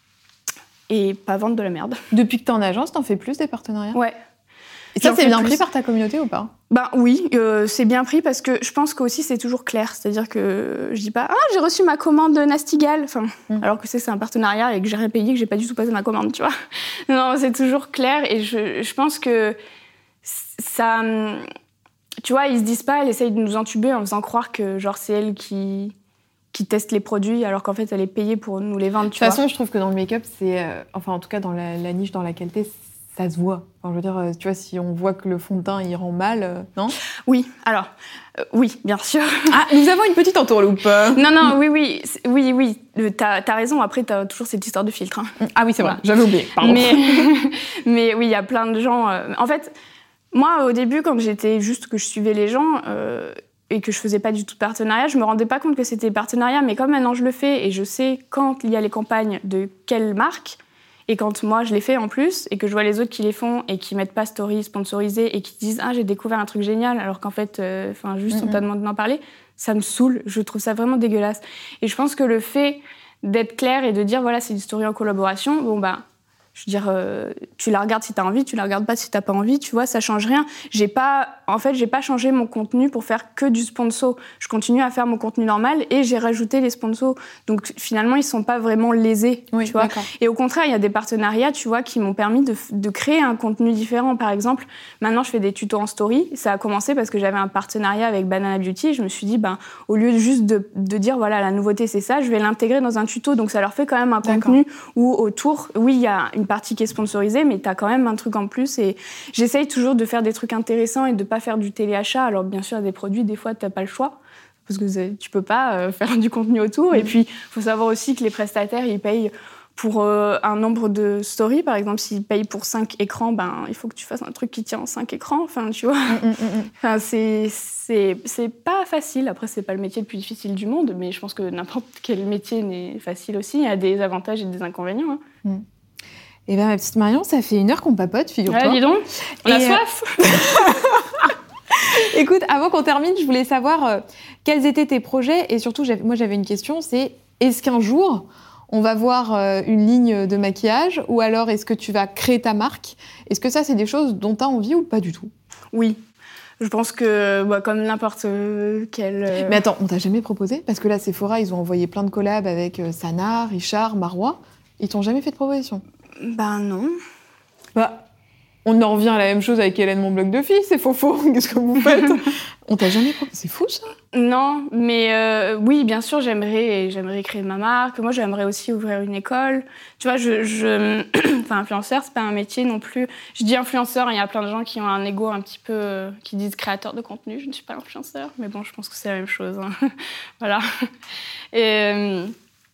et pas vendre de la merde. Depuis que t'es en agence, t'en fais plus des partenariats ? Ouais. Et ça, c'est bien plus. pris par ta communauté ou pas ? Ben oui, euh, c'est bien pris parce que je pense qu'aussi c'est toujours clair. C'est-à-dire que je dis pas « Ah, j'ai reçu ma commande Nastigal », enfin, mm. alors que c'est, c'est un partenariat et que j'ai rien payé, que j'ai pas du tout passé ma commande, tu vois. Non, c'est toujours clair et je, je pense que ça... Tu vois, ils se disent pas, elle essaye de nous entuber en faisant croire que genre c'est elle qui... qui teste les produits alors qu'en fait elle est payée pour nous les vendre, tu vois. De toute façon, je trouve que dans le make-up, c'est... Euh, enfin, en tout cas, dans la, la niche dans laquelle t'es, ça se voit. Enfin, je veux dire, tu vois, si on voit que le fond de teint, il rend mal, euh, non ? Oui, alors, euh, oui, bien sûr. Ah, nous avons une petite entourloupe. Non, non, oui, oui, oui, oui, t'as, t'as raison. Après, t'as toujours cette histoire de filtre. Hein. Ah oui, c'est voilà. vrai, j'avais oublié, pardon. Mais, mais oui, il y a plein de gens... Euh, en fait, moi, au début, quand j'étais juste que je suivais les gens... Euh, et que je faisais pas du tout de partenariat, je me rendais pas compte que c'était des partenariats, mais comme maintenant je le fais et je sais quand il y a les campagnes de quelle marque, et quand moi je les fais en plus, et que je vois les autres qui les font et qui mettent pas story sponsorisé et qui disent « Ah, j'ai découvert un truc génial », alors qu'en fait, euh, juste mm-hmm. on t'a demandé d'en parler, ça me saoule, je trouve ça vraiment dégueulasse. Et je pense que le fait d'être clair et de dire « Voilà, c'est une story en collaboration », bon bah, Je veux dire, euh, tu la regardes si t'as envie, tu la regardes pas si t'as pas envie, tu vois, ça change rien. J'ai pas, en fait, j'ai pas changé mon contenu pour faire que du sponsor. Je continue à faire mon contenu normal et j'ai rajouté les sponsors. Donc finalement, ils sont pas vraiment lésés, oui, tu vois. D'accord. Et au contraire, il y a des partenariats, tu vois, qui m'ont permis de, de créer un contenu différent. Par exemple, maintenant, je fais des tutos en story. Ça a commencé parce que j'avais un partenariat avec Banana Beauty. Je me suis dit, ben, au lieu de juste de, de dire, voilà, la nouveauté, c'est ça, je vais l'intégrer dans un tuto. Donc ça leur fait quand même un D'accord. contenu où autour, oui, il y a une partie qui est sponsorisée, mais tu as quand même un truc en plus. Et j'essaye toujours de faire des trucs intéressants et de ne pas faire du téléachat. Alors, bien sûr, il y a des produits, des fois, tu n'as pas le choix, parce que tu ne peux pas euh, faire du contenu autour. Mmh. Et puis, il faut savoir aussi que les prestataires, ils payent pour euh, un nombre de stories. Par exemple, s'ils payent pour cinq écrans, ben, il faut que tu fasses un truc qui tient en cinq écrans. Enfin, tu vois. Mmh, mmh, mmh. Enfin, c'est, c'est, c'est pas facile. Après, c'est pas le métier le plus difficile du monde, mais je pense que n'importe quel métier n'est facile aussi. Il y a des avantages et des inconvénients. Hein. Mmh. Eh bien, ma petite Marion, ça fait une heure qu'on papote, figure-toi. Ouais, dis donc, on a et soif. Écoute, avant qu'on termine, je voulais savoir euh, quels étaient tes projets. Et surtout, j'avais, moi, j'avais une question, c'est est-ce qu'un jour, on va voir euh, une ligne de maquillage ou alors est-ce que tu vas créer ta marque ? Est-ce que ça, c'est des choses dont tu as envie ou pas du tout ? Oui. Je pense que, bah, comme n'importe quel... Euh... Mais attends, on t'a jamais proposé ? Parce que là, Sephora, ils ont envoyé plein de collabs avec euh, Sana, Richard, Marois. Ils t'ont jamais fait de proposition ? Ben non. Bah, on en revient à la même chose avec Hélène, mon blog de filles, c'est faux faux, qu'est-ce que vous faites ? On t'a jamais proposé, c'est fou ça ? Non, mais euh, oui, bien sûr, j'aimerais, j'aimerais créer ma marque. Moi, j'aimerais aussi ouvrir une école. Tu vois, je, je... enfin, influenceur, c'est pas un métier non plus. Je dis influenceur, il y a plein de gens qui ont un ego un petit peu, euh, qui disent créateur de contenu. Je ne suis pas influenceur, mais bon, je pense que c'est la même chose. Hein. Voilà. Et euh,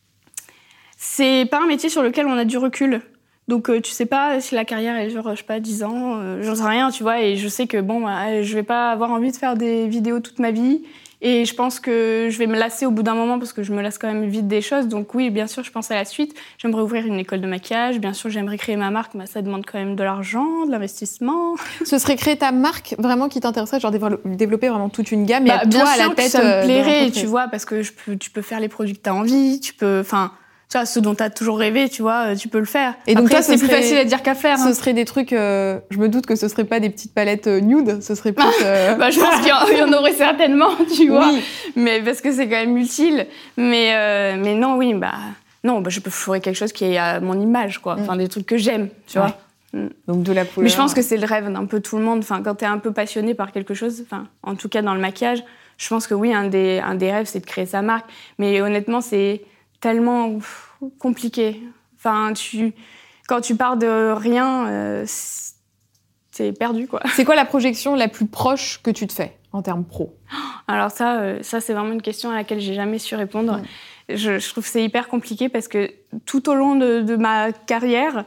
c'est pas un métier sur lequel on a du recul. Donc, euh, tu sais pas si la carrière est genre, je sais pas, dix ans, euh, j'en sais rien, tu vois, et je sais que, bon, bah, je vais pas avoir envie de faire des vidéos toute ma vie, et je pense que je vais me lasser au bout d'un moment, parce que je me lasse quand même vite des choses, donc oui, bien sûr, je pense à la suite. J'aimerais ouvrir une école de maquillage, bien sûr, j'aimerais créer ma marque, mais ça demande quand même de l'argent, de l'investissement. Ce serait créer ta marque, vraiment, qui t'intéresserait, genre développer vraiment toute une gamme, et bah, à toi, à la tête. Ça me plairait, tu vois, parce que je peux, tu peux faire les produits que t'as envie, tu peux, enfin... Tu vois, ce dont tu as toujours rêvé, tu vois, tu peux le faire. Et donc, après, toi, c'est plus serait... facile à dire qu'à faire. Ce hein. serait des trucs... Euh... Je me doute que ce serait pas des petites palettes euh, nude, ce serait plus... Euh... bah, je pense qu'il y en, il y en aurait certainement, tu vois. Oui. Mais parce que c'est quand même utile. Mais, euh, mais non, oui, bah... Non, bah, je peux ferais quelque chose qui est à mon image, quoi. Mm. Enfin, des trucs que j'aime, tu ouais. vois. Mm. Donc, de la couleur... Mais je pense que c'est le rêve d'un peu tout le monde. Enfin, quand t'es un peu passionné par quelque chose, enfin, en tout cas dans le maquillage, je pense que oui, un des, un des rêves, c'est de créer sa marque. Mais honnêtement, c'est tellement... Ouf, compliqué. Enfin, tu, quand tu pars de rien, euh, c'est perdu, quoi. C'est quoi la projection la plus proche que tu te fais en termes pro ? Alors ça, euh, ça c'est vraiment une question à laquelle j'ai jamais su répondre. Mmh. Je, je trouve que c'est hyper compliqué parce que tout au long de, de ma carrière,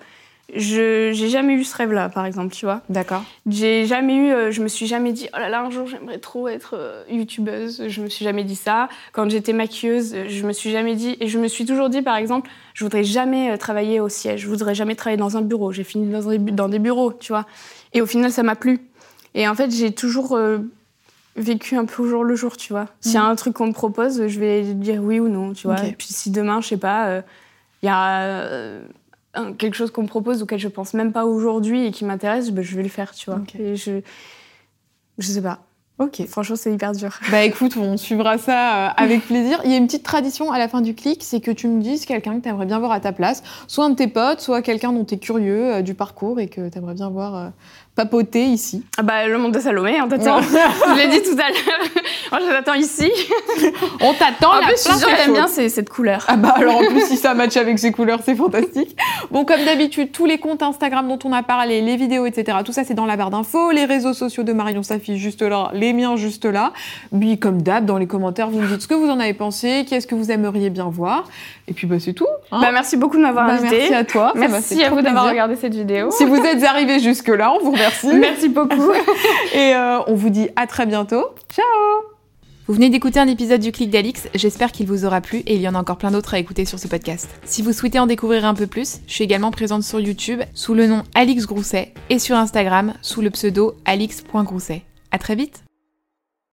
je j'ai jamais eu ce rêve-là, par exemple, tu vois. D'accord. J'ai jamais eu, euh, je me suis jamais dit, oh là là, un jour j'aimerais trop être euh, youtubeuse. Je me suis jamais dit ça. Quand j'étais maquilleuse, je me suis jamais dit, et je me suis toujours dit, par exemple, je voudrais jamais euh, travailler au siège. Je voudrais jamais travailler dans un bureau. J'ai fini dans des, dans des bureaux, tu vois. Et au final, ça m'a plu. Et en fait, j'ai toujours euh, vécu un peu au jour le jour, tu vois. Mmh. S'il y a un truc qu'on me propose, je vais dire oui ou non, tu vois. Okay. Et puis si demain, je sais pas, il euh, y a euh, quelque chose qu'on me propose auquel je pense même pas aujourd'hui et qui m'intéresse, ben, je vais le faire, tu vois. Okay. Et je, je sais pas. Ok. Franchement, c'est hyper dur. Bah écoute, on suivra ça euh, avec plaisir. Il y a une petite tradition à la fin du clic, c'est que tu me dises quelqu'un que tu aimerais bien voir à ta place, soit un de tes potes, soit quelqu'un dont tu es curieux euh, du parcours et que tu aimerais bien voir euh, papoter ici. Ah bah le monde de Salomé, on t'attend. Je l'ai dit tout à l'heure. Moi, je t'attends ici. On t'attend. En plus, je suis sûre que t'aimes bien ces, cette couleur. Ah bah alors en plus, si ça matche avec ces couleurs, c'est fantastique. Bon, comme d'habitude, tous les comptes Instagram dont on a parlé, les vidéos, et cetera, tout ça, c'est dans la barre d'infos. Les réseaux sociaux de Marion s'affichent juste là, les miens juste là. Puis, comme d'hab, dans les commentaires, vous me dites ce que vous en avez pensé, qu'est-ce que vous aimeriez bien voir. Et puis, bah, c'est tout. Hein. Bah, merci beaucoup de m'avoir bah, invité. Merci à toi. Merci à vous d'avoir regardé cette vidéo. Si vous êtes arrivés jusque-là, on vous remercie. Merci beaucoup. Et euh, on vous dit à très bientôt. Ciao. Vous venez d'écouter un épisode du Clic d'Alix, j'espère qu'il vous aura plu et il y en a encore plein d'autres à écouter sur ce podcast. Si vous souhaitez en découvrir un peu plus, je suis également présente sur YouTube sous le nom Alix Grousset et sur Instagram sous le pseudo alix point grousset. À très vite.